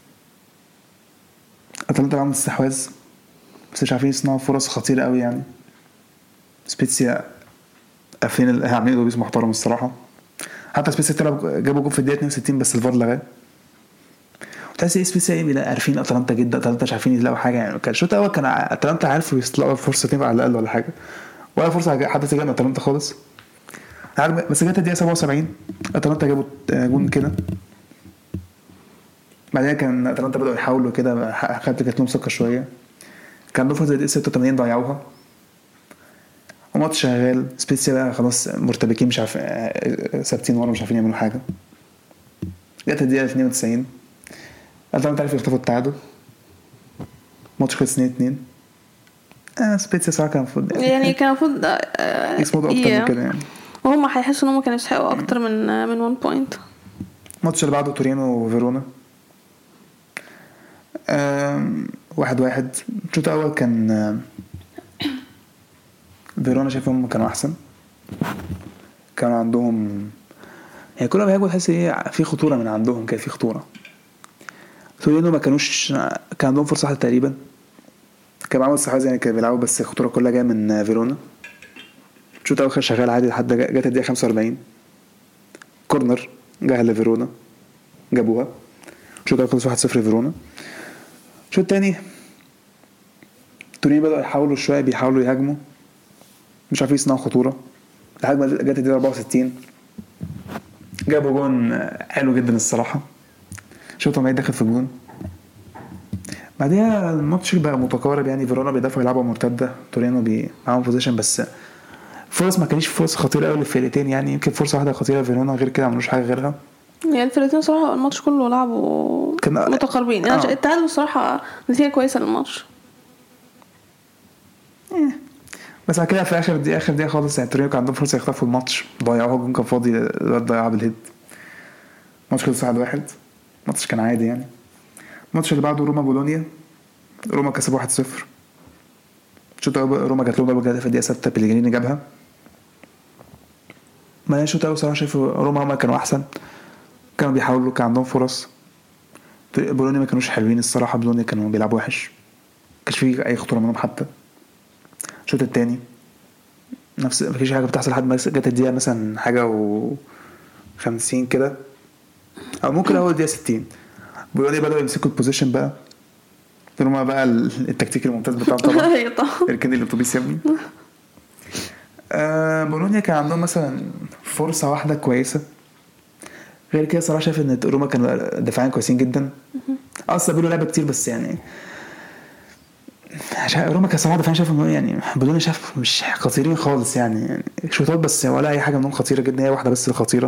اتلانتا عملت استحواذ بس مش عارفين يصنعوا فرص خطيره قوي يعني سبيتسيا قافلين عاملين دوبيس محترم الصراحه حتى سبيتسيا جابوا جول في الدقيقه 62 بس الفار لغاه وتحس سبيتسيا لا عارفين اتلانتا جدا اتلانتا مش عارفين يلاقوا حاجه يعني كان الشوط الاول كان اتلانتا عارفوا يطلعوا فرصتين على الاقل ولا حاجه ولا فرصه حتى تجي اتلانتا خالص بس جت الدقيقه 77 اتلانتا جابوا جون كده بعدين كان اتلانتا بدأوا يحاولوا كده كانت لهم ثقه شويه كان دفعه الدقيقه 86 ضيعوها وماتش شغال سبيتسيا بقى خلاص مرتبكين مش عارف ثابتين ورا مش عارفين يعملوا حاجه جت الدقيقه 92 اتلانتا عرفوا يخطفوا التعادل ماتش خلص 2-2 سبيتسيا صراحه كان المفروض يعني كان المفروض يصمدوا اكتر من كده يعني وهم هيحسوا ان هم كانوا يستحقوا اكتر من 1 بوينت الماتش اللي بعده تورينو وفيرونا 1-1 الشوط الاول كان فيرونا شايفهم كانوا احسن كانوا عندهم يعني كل ما بيهاجموا تحس ايه في خطوره من عندهم كان في خطوره تورينو ما كانوش كان عندهم فرصه واحده تقريبا كان عامل استحواذ يعني كانوا بيلعبوا بس الخطوره كلها جايه من فيرونا الشوط الاول شغال عادي لحد جت الدقيقه 45 كورنر جه لفيرونا جابوها الشوط الاول خلص 1-0 فيرونا الشوط الثاني تورينو بدأوا يحاولوا شويه بيحاولوا يهاجموا مش عارفين يصنعوا خطوره لحد ما جت الدقيقه 64 جابوا جون حلو جدا الصراحه شوطه ما دخل في الجون بعدها الماتش بقى متقارب يعني فيرونا بيدافعوا يلعبوا مرتده تورينو معاهم بوزيشن بس فرص ما كانش فرص خطيره قوي للفرقتين يعني يمكن فرصه واحده خطيره فيرونا غير كده ما عملوش حاجه غيرها يعني الفرقتين صراحه الماتش كله لعبوا متقاربين يعني التعادل الصراحه نتيجه كويسه للماتش بس بعد كده في اخر دقيقه خالص يعني تورينو كان عندهم فرصه يخطفوا الماتش ضيعوها جون كان فاضي الواد ضيعها بالهيد الماتش خلص 1-1 الماتش كان عادي يعني الماتش اللي بعده روما بولونيا روما كسبوا 1-0 شوط روما جات لهم ضربه جزاء في الدقيقه 6 بيليجريني جابها ما هي شوط صراحه شايف روما هم كانوا احسن كانوا بيحاولوا كان عندهم فرص بولونيا ما كانوش حلوين الصراحه بولونيا كانوا بيلعبوا وحش كانش في اي خطوره منهم حتى الشوط الثاني نفس مفيش حاجه بتحصل لحد ما جت الدقيقه مثلا حاجه و50 كده او ممكن اول دقيقه 60 بولونيا بدأوا يمسكوا البوزيشن بقى روما بقى التكتيك الممتاز بتاعهم طبعا اركن الاتوبيس يا ابني بولونيا كان عندهم مثلا فرصه واحده كويسه غير كده صراحه شايف ان روما كانوا دفاعيا كويسين جدا اصلا بيقولوا لعبه كتير بس يعني روما كان صراحه دفاعيا شايف انه يعني بولونيا شايف مش خطيرين خالص يعني شوطات بس ولا اي حاجه منهم خطيره جدا هي واحده بس اللي خطيره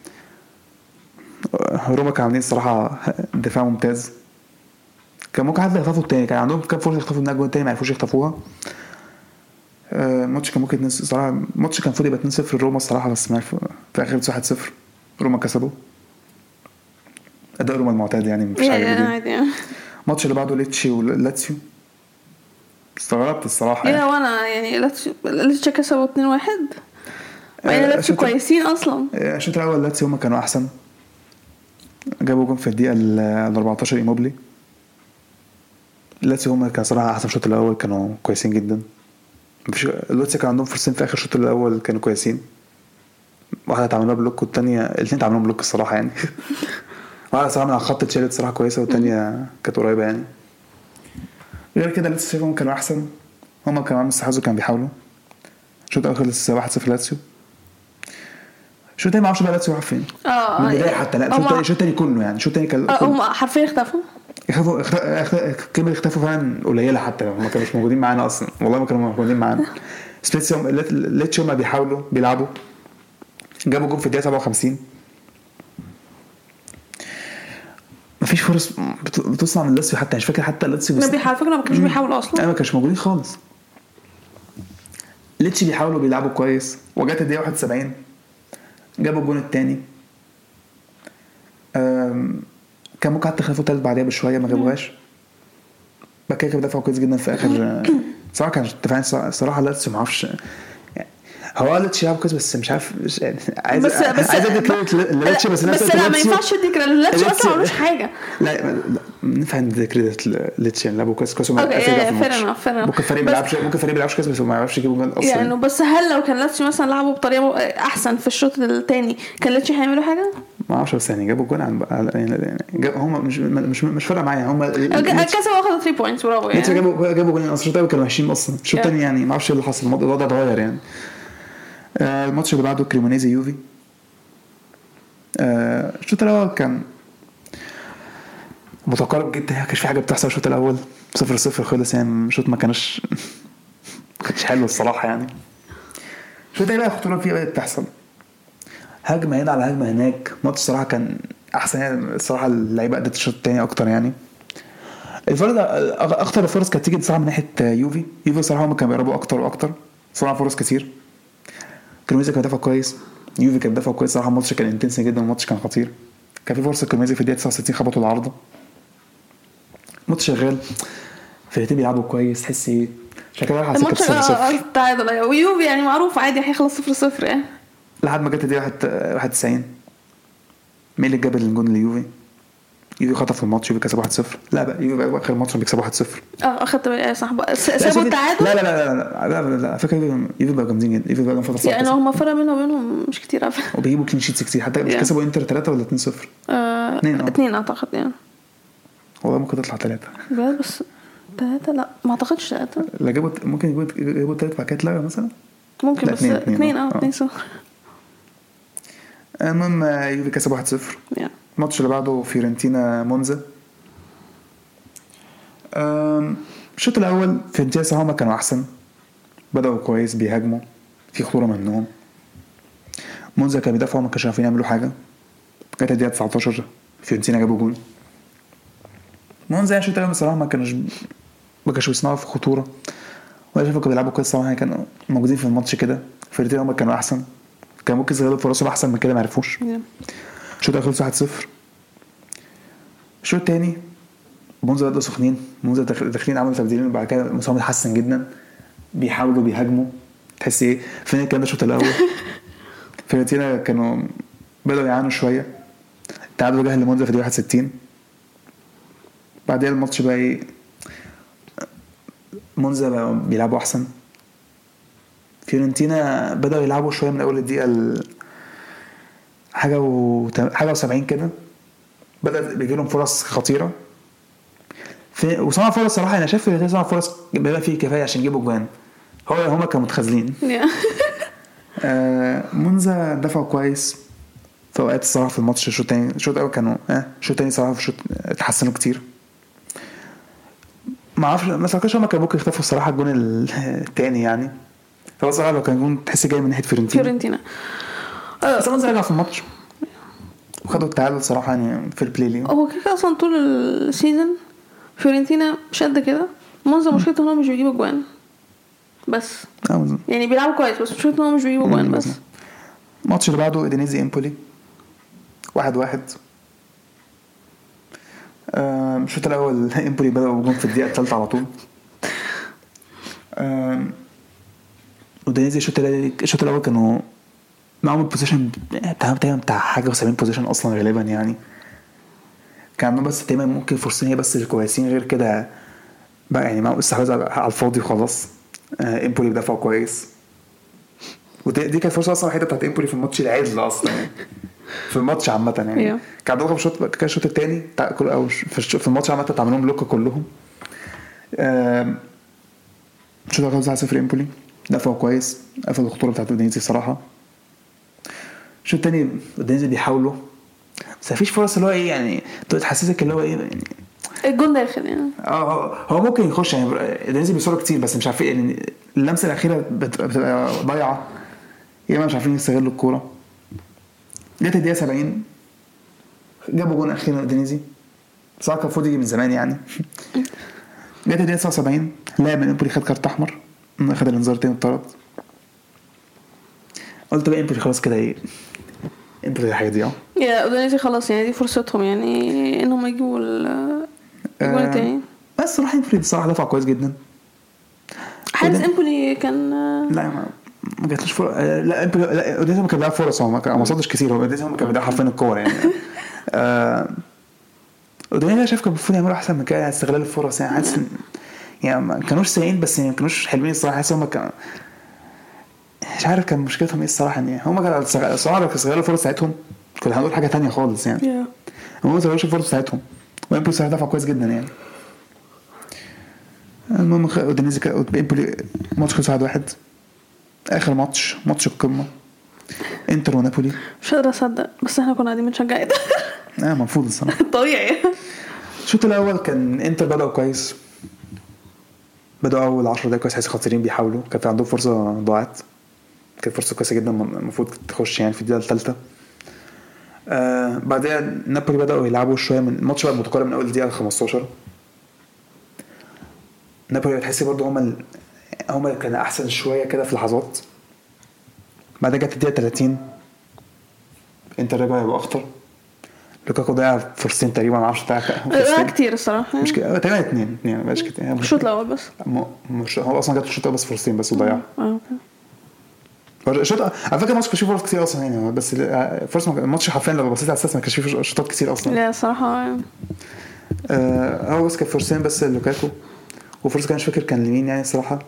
روما كانوا عاملين الصراحه دفاع ممتاز كان ممكن حد يخطفوا التاني كان عندهم كام فرصه يخطفوا النجوى التاني ما عرفوش يخطفوها الماتش كان ممكن صراحه الماتش كان المفروض يبقى 2-0 روما الصراحه بس ما في اخر 1-0 روما كسبوا اداء روما المعتاد يعني مفيش حاجه جديده الماتش اللي بعده ليتشي ولاتسيو استغربت الصراحه يعني وانا يعني لاتسيو كسبوا 2-1 يعني لاتسيو كويسين اصلا. الشوط الاول لاتسيو هم كانوا احسن، جابوا جون في الدقيقه ال 14 ايموبلي. لاتسيو هم كان صراحه احسن الشوط الاول، كانوا كويسين جدا. مفيش لاتسيو كان عندهم فرصتين في اخر الشوط الاول كانوا كويسين، واحده اتعملها بلوك والثانيه الاثنين اتعملوا بلوك الصراحه يعني. واحده صراحه من على الخط اتشالت صراحه كويسه، والثانيه كانت قريبه يعني. غير كده لاتسيو هم كانوا احسن، هم كمان مستحوذوا كانوا بيحاولوا. الشوط الاخر لسه 1-0 لاتسيو. شو تاني ما اعرفش بقى لاتسيو راح فين من البدايه حتى. لا شو تاني كله يعني شو تاني كان هم حرفيا اختفوا. كلمه اختفوا فعلا قليله، حتى لو ما كانوش موجودين معانا اصلا، والله ما كانوا موجودين معانا. سبيتسيوم لاتسيو ما بيلعبوا جابوا جون في الدقيقه 57. مفيش فرص بتصنع من لاتسيو حتى، مش فاكر حتى لاتسيو ما بيحاولوا، ما كانوش بيحاولوا اصلا. ما كانوش موجودين خالص. لاتسيو بيحاولوا بيلعبوا كويس، وجات الدقيقه 71 جابوا الجون الثاني. كان ممكن حتى خلفوا تالت بعدها بشويه ما جابوهاش. بكاكا بدافعوا كويس جدا في اخر. صراحه كان دفاعين صراحه لاتسيو ما اعرفش يعني. هو لاتسيو كويس بس مش عارف يعني عايز ادي كريدت لاتسيو بس لا ما ينفعش ادي كريدت لاتسيو اصلا ملوش حاجه. لا ينفع ندي كريدت لاتسيو لعبوا كويس ممكن فريق بيلعبش كويس بس ما يعرفش يجيبوا جول اصلا يعني. بس هل لو كان لاتسيو مثلا لعبوا بطريقه احسن في الشوط الثاني كان لاتسيو هيعملوا حاجه؟ ما اعرفش، بس يعني جابوا جون يعني هم مش فارقه معايا. هم كسبوا واخدوا 3 بوينتس برافو يعني. جابوا جون اصلا كانوا وحشين اصلا. الشوط الثاني يعني ما اعرفش ايه اللي حصل، الوضع اتغير يعني. الماتش اللي بعده كريمونيزي يوفي. الشوط الاول كان متقارب جدا، ما كانش في حاجه بتحصل. الشوط الاول 0-0 خلص يعني. الشوط ما كانش حلو الصراحه يعني. الشوط الثاني بقى خطوره فيه بدات تحصل، هجمه هنا على هجمه هناك. الماتش الصراحه كان احسن يعني. الصراحه اللعيبه ادت الشوط الثاني اكتر يعني. الفرص اكتر الفرص كانت تيجي بصراحه من ناحيه يوفي صراحه هم كانوا بيقربوا اكتر واكتر، صراحه فرص كتير. كريمونيزي كان دافع كويس، يوفي كان دافع كويس صراحه. الماتش كان انتنس جدا، الماتش كان خطير. كان في فرصه كريمونيزي في الدقيقه 69 خبطوا العارضه. الماتش شغال، فرقتين بيلعبوا كويس، تحس ايه شكلها راح الماتش تعادل. ويوفي يعني معروف عادي هيخلص 0-0 يعني لحد ما جت الدقيقه 91. مين اللي جاب الجون ليوفي؟ يوفي خطف الماتش، يوفي كسب 1-0. لا بقى يوفي بقى اخر الماتش بيكسب 1-0. اخدت بالي صح بقى سابوا التعادل. لا فكره يوفي بقى جامدين جدا. يوفي بقى فتره يعني هم فرق منهم مش كتير قوي، وبيجيبوا كلين شيتس كتير حتى. مش كسبوا انتر 3 ولا 2-0؟ 2 اعتقد يعني. والله ممكن تطلع 3 بس 3 لا ما اعتقدش 3. لا جابوا ممكن يجيبوا 3 بعد كده اتلغى مثلا ممكن. بس 2 المهم يوفي كسب 1-0. الماتش اللي بعده فيورنتينا مونزا. الشوط الاول فيورنتينا هم كانوا احسن، بدأوا كويس بيهاجموا في خطوره منهم. مونزا كانوا بيدافعوا ما كانوش عارفين يعملوا حاجه. جت الدقيقه 19 فيورنتينا جابوا جول. مونزا الشوط الاول بصراحه ما كانوش بيصنعوا في خطوره، ولا شايفوا كانوا بيلعبوا كويس صراحه. كانوا موجودين في الماتش كده. فيورنتينا هم كانوا احسن، كان ممكن يستغلوا فرصهم احسن من كده ما عرفوش. الشوط الاول 1-0. الشوط الثاني مونزا بدأوا سخنين. مونزا داخلين عملوا تبديلين، وبعد كده مستواهم اتحسن جدا، بيحاولوا بيهاجموا. تحس ايه فين الكلام ده الشوط الاول. فيورنتينا كانوا بدأوا يعانوا شويه. تعادلوا جه لمونزا في الدقيقه 61. بعدين الماتش بقى ايه مونزا بقى بيلعبوا احسن. فيورنتينا بدأوا يلعبوا شويه من اول الدقيقه حاجه و70 كده. بدأ بيجي لهم فرص خطيره وصنع فرص صراحه. انا شايف ان صنع فرص بما فيه كفايه عشان يجيبوا جوان. هما كانوا متخاذلين. مونزا دفعوا كويس في اوقات الصراحه في الماتش. الشوط الاول كانوا الشوط الثاني صراحه في الشوط اتحسنوا كتير. ما اعرفش ما فكرش هما كانوا ممكن يختفوا الصراحه الجون الثاني يعني. فبصراحه لو كان جون تحس جاي من ناحيه فيورنتينا بس مونزا رجع في الماتش وخدوا التعادل صراحه يعني في البلاي ليه. هو كده اصلا طول السيزون فيورنتينا مش قد كده. مونزا مشكلته ان هو مش بيجيب جوان بس يعني بيلعبوا كويس بس مشكلته ان هو مش بيجيب جوان بس. الماتش اللي بعده ادينيزي امبولي 1-1. الشوط الاول امبولي بدأوا جون في الدقيقه الثالثه على طول. ودينيزي الشوط الاول كانوا معهم البوزيشن بتاع حاجه و70 بوزيشن اصلا غالبا يعني. كان عندهم بس تقريبا ممكن فرصتين هي بس الكويسين، غير كده بقى يعني معهم استحواذ على الفاضي وخلاص. امبولي بدفعوا كويس، ودي كانت فرصه اصلا الوحيده بتاعت امبولي في الماتش العدل اصلا يعني. في الماتش عامه يعني كان عندهم شوط، كان الشوط الثاني او في الماتش عامه اتعملوا بلوك كلهم. شوط الاول 1-0 امبولي دفعوا كويس، قفلوا الخطوره بتاعت اودينيزي صراحه. الشوط الثاني اودينيزي بيحاولوا بس مفيش فرص اللي هو ايه يعني تحسسك اللي هو ايه يعني الجون داخل يعني. هو ممكن يخش يعني. اودينيزي بيصوروا كتير بس مش عارفين يعني اللمسه الاخيره بتبقى ضايعه، يا مش عارفين يستغلوا الكوره. جت الدقيقه 70 جابوا جون اخير اودينيزي صراحه كان فاضي من زمان يعني. جت الدقيقه 79 لاعب من امبولي خد كارت احمر، خد الانذار تاني واتطرد. قلت بقى امبولي خلاص كده ايه، امبولي هيضيعوا يا اودينيزي خلاص يعني، دي فرصتهم يعني انهم يجيبوا الجون التاني. بس راح امبولي بصراحه دفع كويس جدا. حارس امبولي كان لا ما جاتلوش فرصه. لا امبولي لا اودينيزي ما كان بيلعب فرص، هو ما صدش كتير. هو اودينيزي كان بيلعب حرفيا الكوره يعني. اودينيزي شايف كان المفروض يعملوا احسن من كده استغلال الفرص يعني. حاسس يعني ما كانوش سيئين بس يعني ما كانوش حلوين الصراحه. حاسس هم كان مش عارف كان مشكلتهم ايه الصراحه يعني. هم كانوا صراحه استغلال الفرص بتاعتهم كنا هنقول حاجه تانية خالص يعني. هم ما استغلوش الفرص بتاعتهم وامبولي صراحه دفع كويس جدا يعني. المهم اودينيزي امبولي ماتش خلص 1-1. اخر ماتش القمه انتر ونابولي. مش قادره اصدق بس احنا كنا قاعدين بنشجع ايه ده. المفروض الصراحه طبيعي. الشوط الاول كان انتر بدأوا كويس، بدأوا اول 10 دقايق كويس، حاسس خاطرين بيحاولوا. كان في عندهم فرصه ضاعت، كانت فرصه كويسه جدا المفروض تخش يعني في الدقيقه الثالثه. بعدها نابولي بدأوا يلعبوا شويه من الماتش بقى متقارب من اول دقيقه 15. نابولي بتحس برضو هم كان احسن شويه كده في لحظات. بعدها جت الدقيقه 30 انتر رجع يبقى اخطر. لوكاكو ضيع فرصتين تقريبا، ما اعرفش لا كتير الصراحه مش كده تقريبا 2 يعني مش كده. الشوط الاول بس مش هو اصلا جت الشوط بس فرصتين بس وضيع. الشوط على فكره الماتش كان فيه فرص كتير اصلا يعني، بس فرصه الماتش حرفيا لو بصيت على الاساس ما كانش فيه شوطات كتير اصلا. لا صراحه هو بس كان فرصتين بس لوكاكو، وفرصه كان مش فاكر كان لمين يعني الصراحه.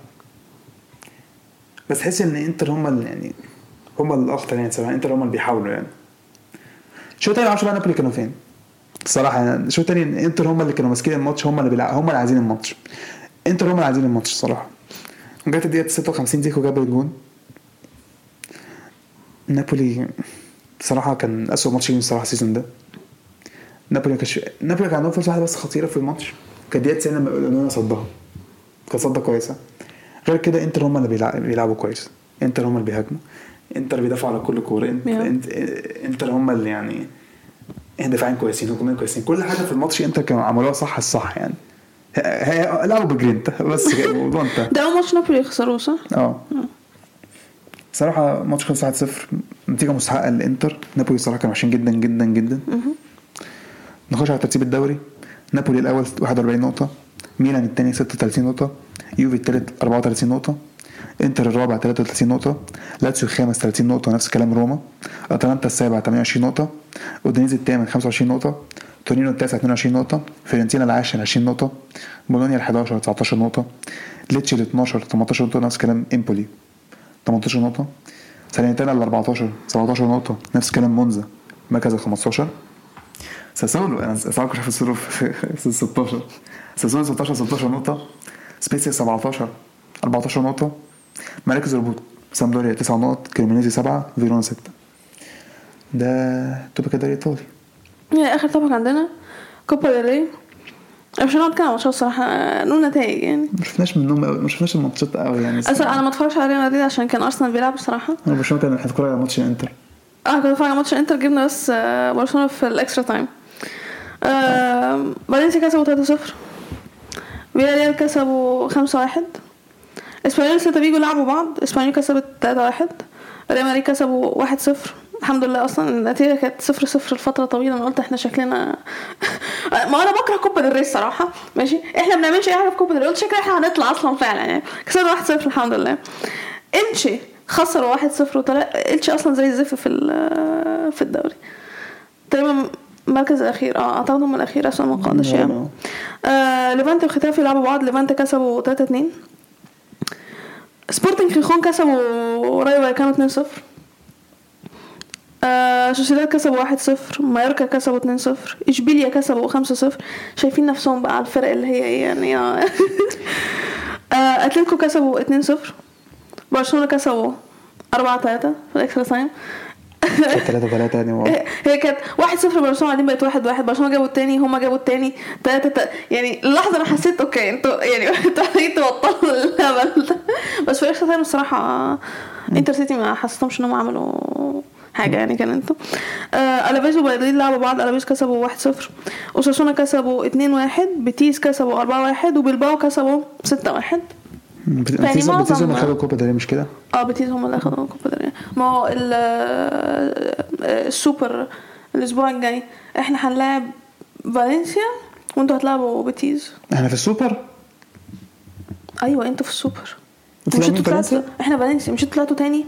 بس حس ان انتر هم يعني هم الاخطر يعني صراحه. انتر هم اللي بيحاولوا يعني. شو تاني عارف بقى نابولي كانوا فين الصراحه يعني. شو تاني انتر هم اللي كانوا ماسكين الماتش، هم اللي بيلعبوا، هم اللي عايزين الماتش. انتر هم اللي عايزين الماتش الصراحه. جت الدقيقه 56 ديكو جاب الجون. نابولي بصراحه كان اسوأ ماتش ليهم الصراحه السيزون ده. نابولي كان عندهم فرصه واحده بس خطيره في الماتش، كانت دقيقه 90 لما اونانا صدها، كانت صده كويسه. غير كده انتر هم اللي بيلعبوا كويس، انتر هم اللي بيهاجموا، انتر بيدافعوا على كل كوره. انتر هم اللي يعني دفاعين كويسين هجومين كويسين، كل حاجه في الماتش انتر كانوا عملوها صح الصح يعني. هي لعبوا بجرينتا بس الموضوع انتهى. ده اول ماتش نابولي خسروه صح؟ صراحه ماتش خلص 1-0 نتيجه مستحقه للانتر. نابولي صراحه كانوا وحشين جدا جدا جدا. نخش على ترتيب الدوري. نابولي الاول 41 نقطه، ميلان الثاني 36 نقطه، يوفي الثالث 34 نقطه، انتر الرابع 33 نقطه، لاتسيو الخامس 30 نقطه نفس كلام روما، اتلانتا السابع 28 نقطه، اودينيزي الثامن 25 نقطه، تورينو التاسع 22 نقطه، فيورنتينا العاشر 20 نقطه، بولونيا ال11 19 نقطه، ليتشي ال12 18 نقطه نفس كلام امبولي 18 نقطه، سالينيتانا ال14 17 نقطه نفس كلام مونزا مركز ال15، ساسولو انا صراحه كنت في 16 ساسولو 16 نقطه، سبيسيا 17 14 نقطه، مراكز الهبوط سامدوريا 9 نقط، كريمونيزي 7، فيرونا 6. ده توبك الدوري الايطالي. اخر طبق عندنا كوبا ديل ري. مش هنقعد كده ماتشات صراحه، نقول نتائج يعني ما شفناش منهم، ما شفناش الماتشات قوي يعني. اصلا انا ما اتفرجش على ريال مدريد عشان كان ارسنال بيلعب بصراحه. انا بشوف كان هنتفرج على ماتش الانتر. كنت بتفرج على ماتش الانتر، جبنا بس برشلونه في الاكسترا تايم. فالنسيا كسبوا 3-0، فياريال كسبوا 5-1، اسبانيول سيلتا فيجو لعبوا بعض، اسبانيول كسبت 3-1، ريال مدريد كسبوا 1-0. الحمد لله اصلا النتيجه كانت 0-0 لفتره طويله. انا قلت احنا شكلنا ما انا بكره كوبا ديل ري الصراحه، ماشي احنا بنعملش اي حاجه في كوبا ديل ري، قلت شكلنا احنا هنطلع اصلا فعلا يعني. كسبنا 1-0 الحمد لله. انشي خسروا 1-0 وطلع إلتشي اصلا زي الزفت في الدوري تقريبا المركز الاخير. اعتقد هم الاخير اصلا ما قادش يعني. ليفانتي وختافي لعبوا بعض. ليفانتي كسبوا 3-2. سبورتنج خيخون كسبوا رايو كانوا 2-0. سوسيداد كسبوا 1-0. مايوركا كسبوا 2-0. اشبيليا كسبوا 5-0. شايفين نفسهم بقى على الفرق اللي هي يعني اتلتيكو كسبوا 2-0. برشلونة كسبوا 4-3 في الاكسترا تايم. 3-3 يعني هي كانت 1-0 برشلونة بعدين بقت 1-1. برشلونة جابوا التاني هما جابوا التاني 3 يعني اللحظة انا حسيت اوكي انتوا يعني انتوا تبطلوا الهبل ده. بس في الاخر تايم الصراحة انتر سيتي ما حسيتهمش انهم عملوا حاجة يعني. كان انتوا ألافيز وبايرن لعبوا بعض. ألافيز كسبوا 1-0. اوساسونا كسبوا 2-1. بيتيس كسبوا 4-1 وبيلباو كسبوا 6-1. بيتيز هم خدوا الكوبا ده مش كده؟ بيتيز هم اللي اخدوا الكوبا ده. ما هو السوبر الاسبوع الجاي احنا هنلاعب فالنسيا وانتوا هتلعبوا بيتيز. احنا في السوبر. ايوه انتوا في السوبر مش انتوا طلعتوا. احنا فالنسيا مش انتوا طلعتوا تاني.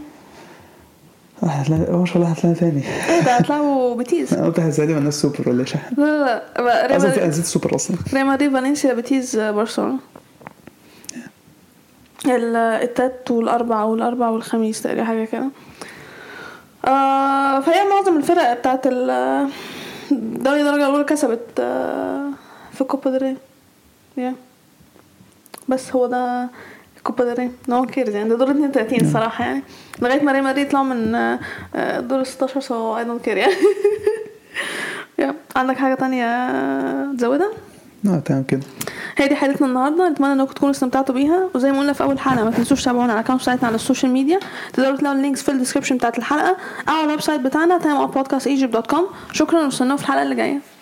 هتلاقي ثاني ايه ده هتلعبوا بيتيز. قلت هزعلي من الناس سوبر ولا ايش؟ لا اصلا في انزل سوبر اصلا. ريال مدريد فالنسيا بيتيز برشلونة التلات والاربعة والخميس تقريبا حاجة كده. فهي معظم الفرق بتاعت الدوري الدرجة الأولى كسبت في الكوبا دري يعني. بس هو ده الكوبا دري نو كيرز يعني. ده دور 32 صراحة يعني لغاية ما ريال مدريد يطلعوا من دور 16 سو اي دونت كير يعني. عندك حاجة تانية تزودها؟ تمام كده. هي دي حلقتنا النهارده. اتمنى انكم تكونوا استمتعتوا بيها. وزي ما قلنا في اول حلقه ما تنسوش تتابعونا على الاكونت بتاعتنا على السوشيال ميديا. تقدروا تلاقوا اللينكس في الديسكربشن بتاعت الحلقه او على الويب سايت بتاعنا timeoutpodcastegypt.com. شكرا ونستناكم في الحلقه اللي جايه.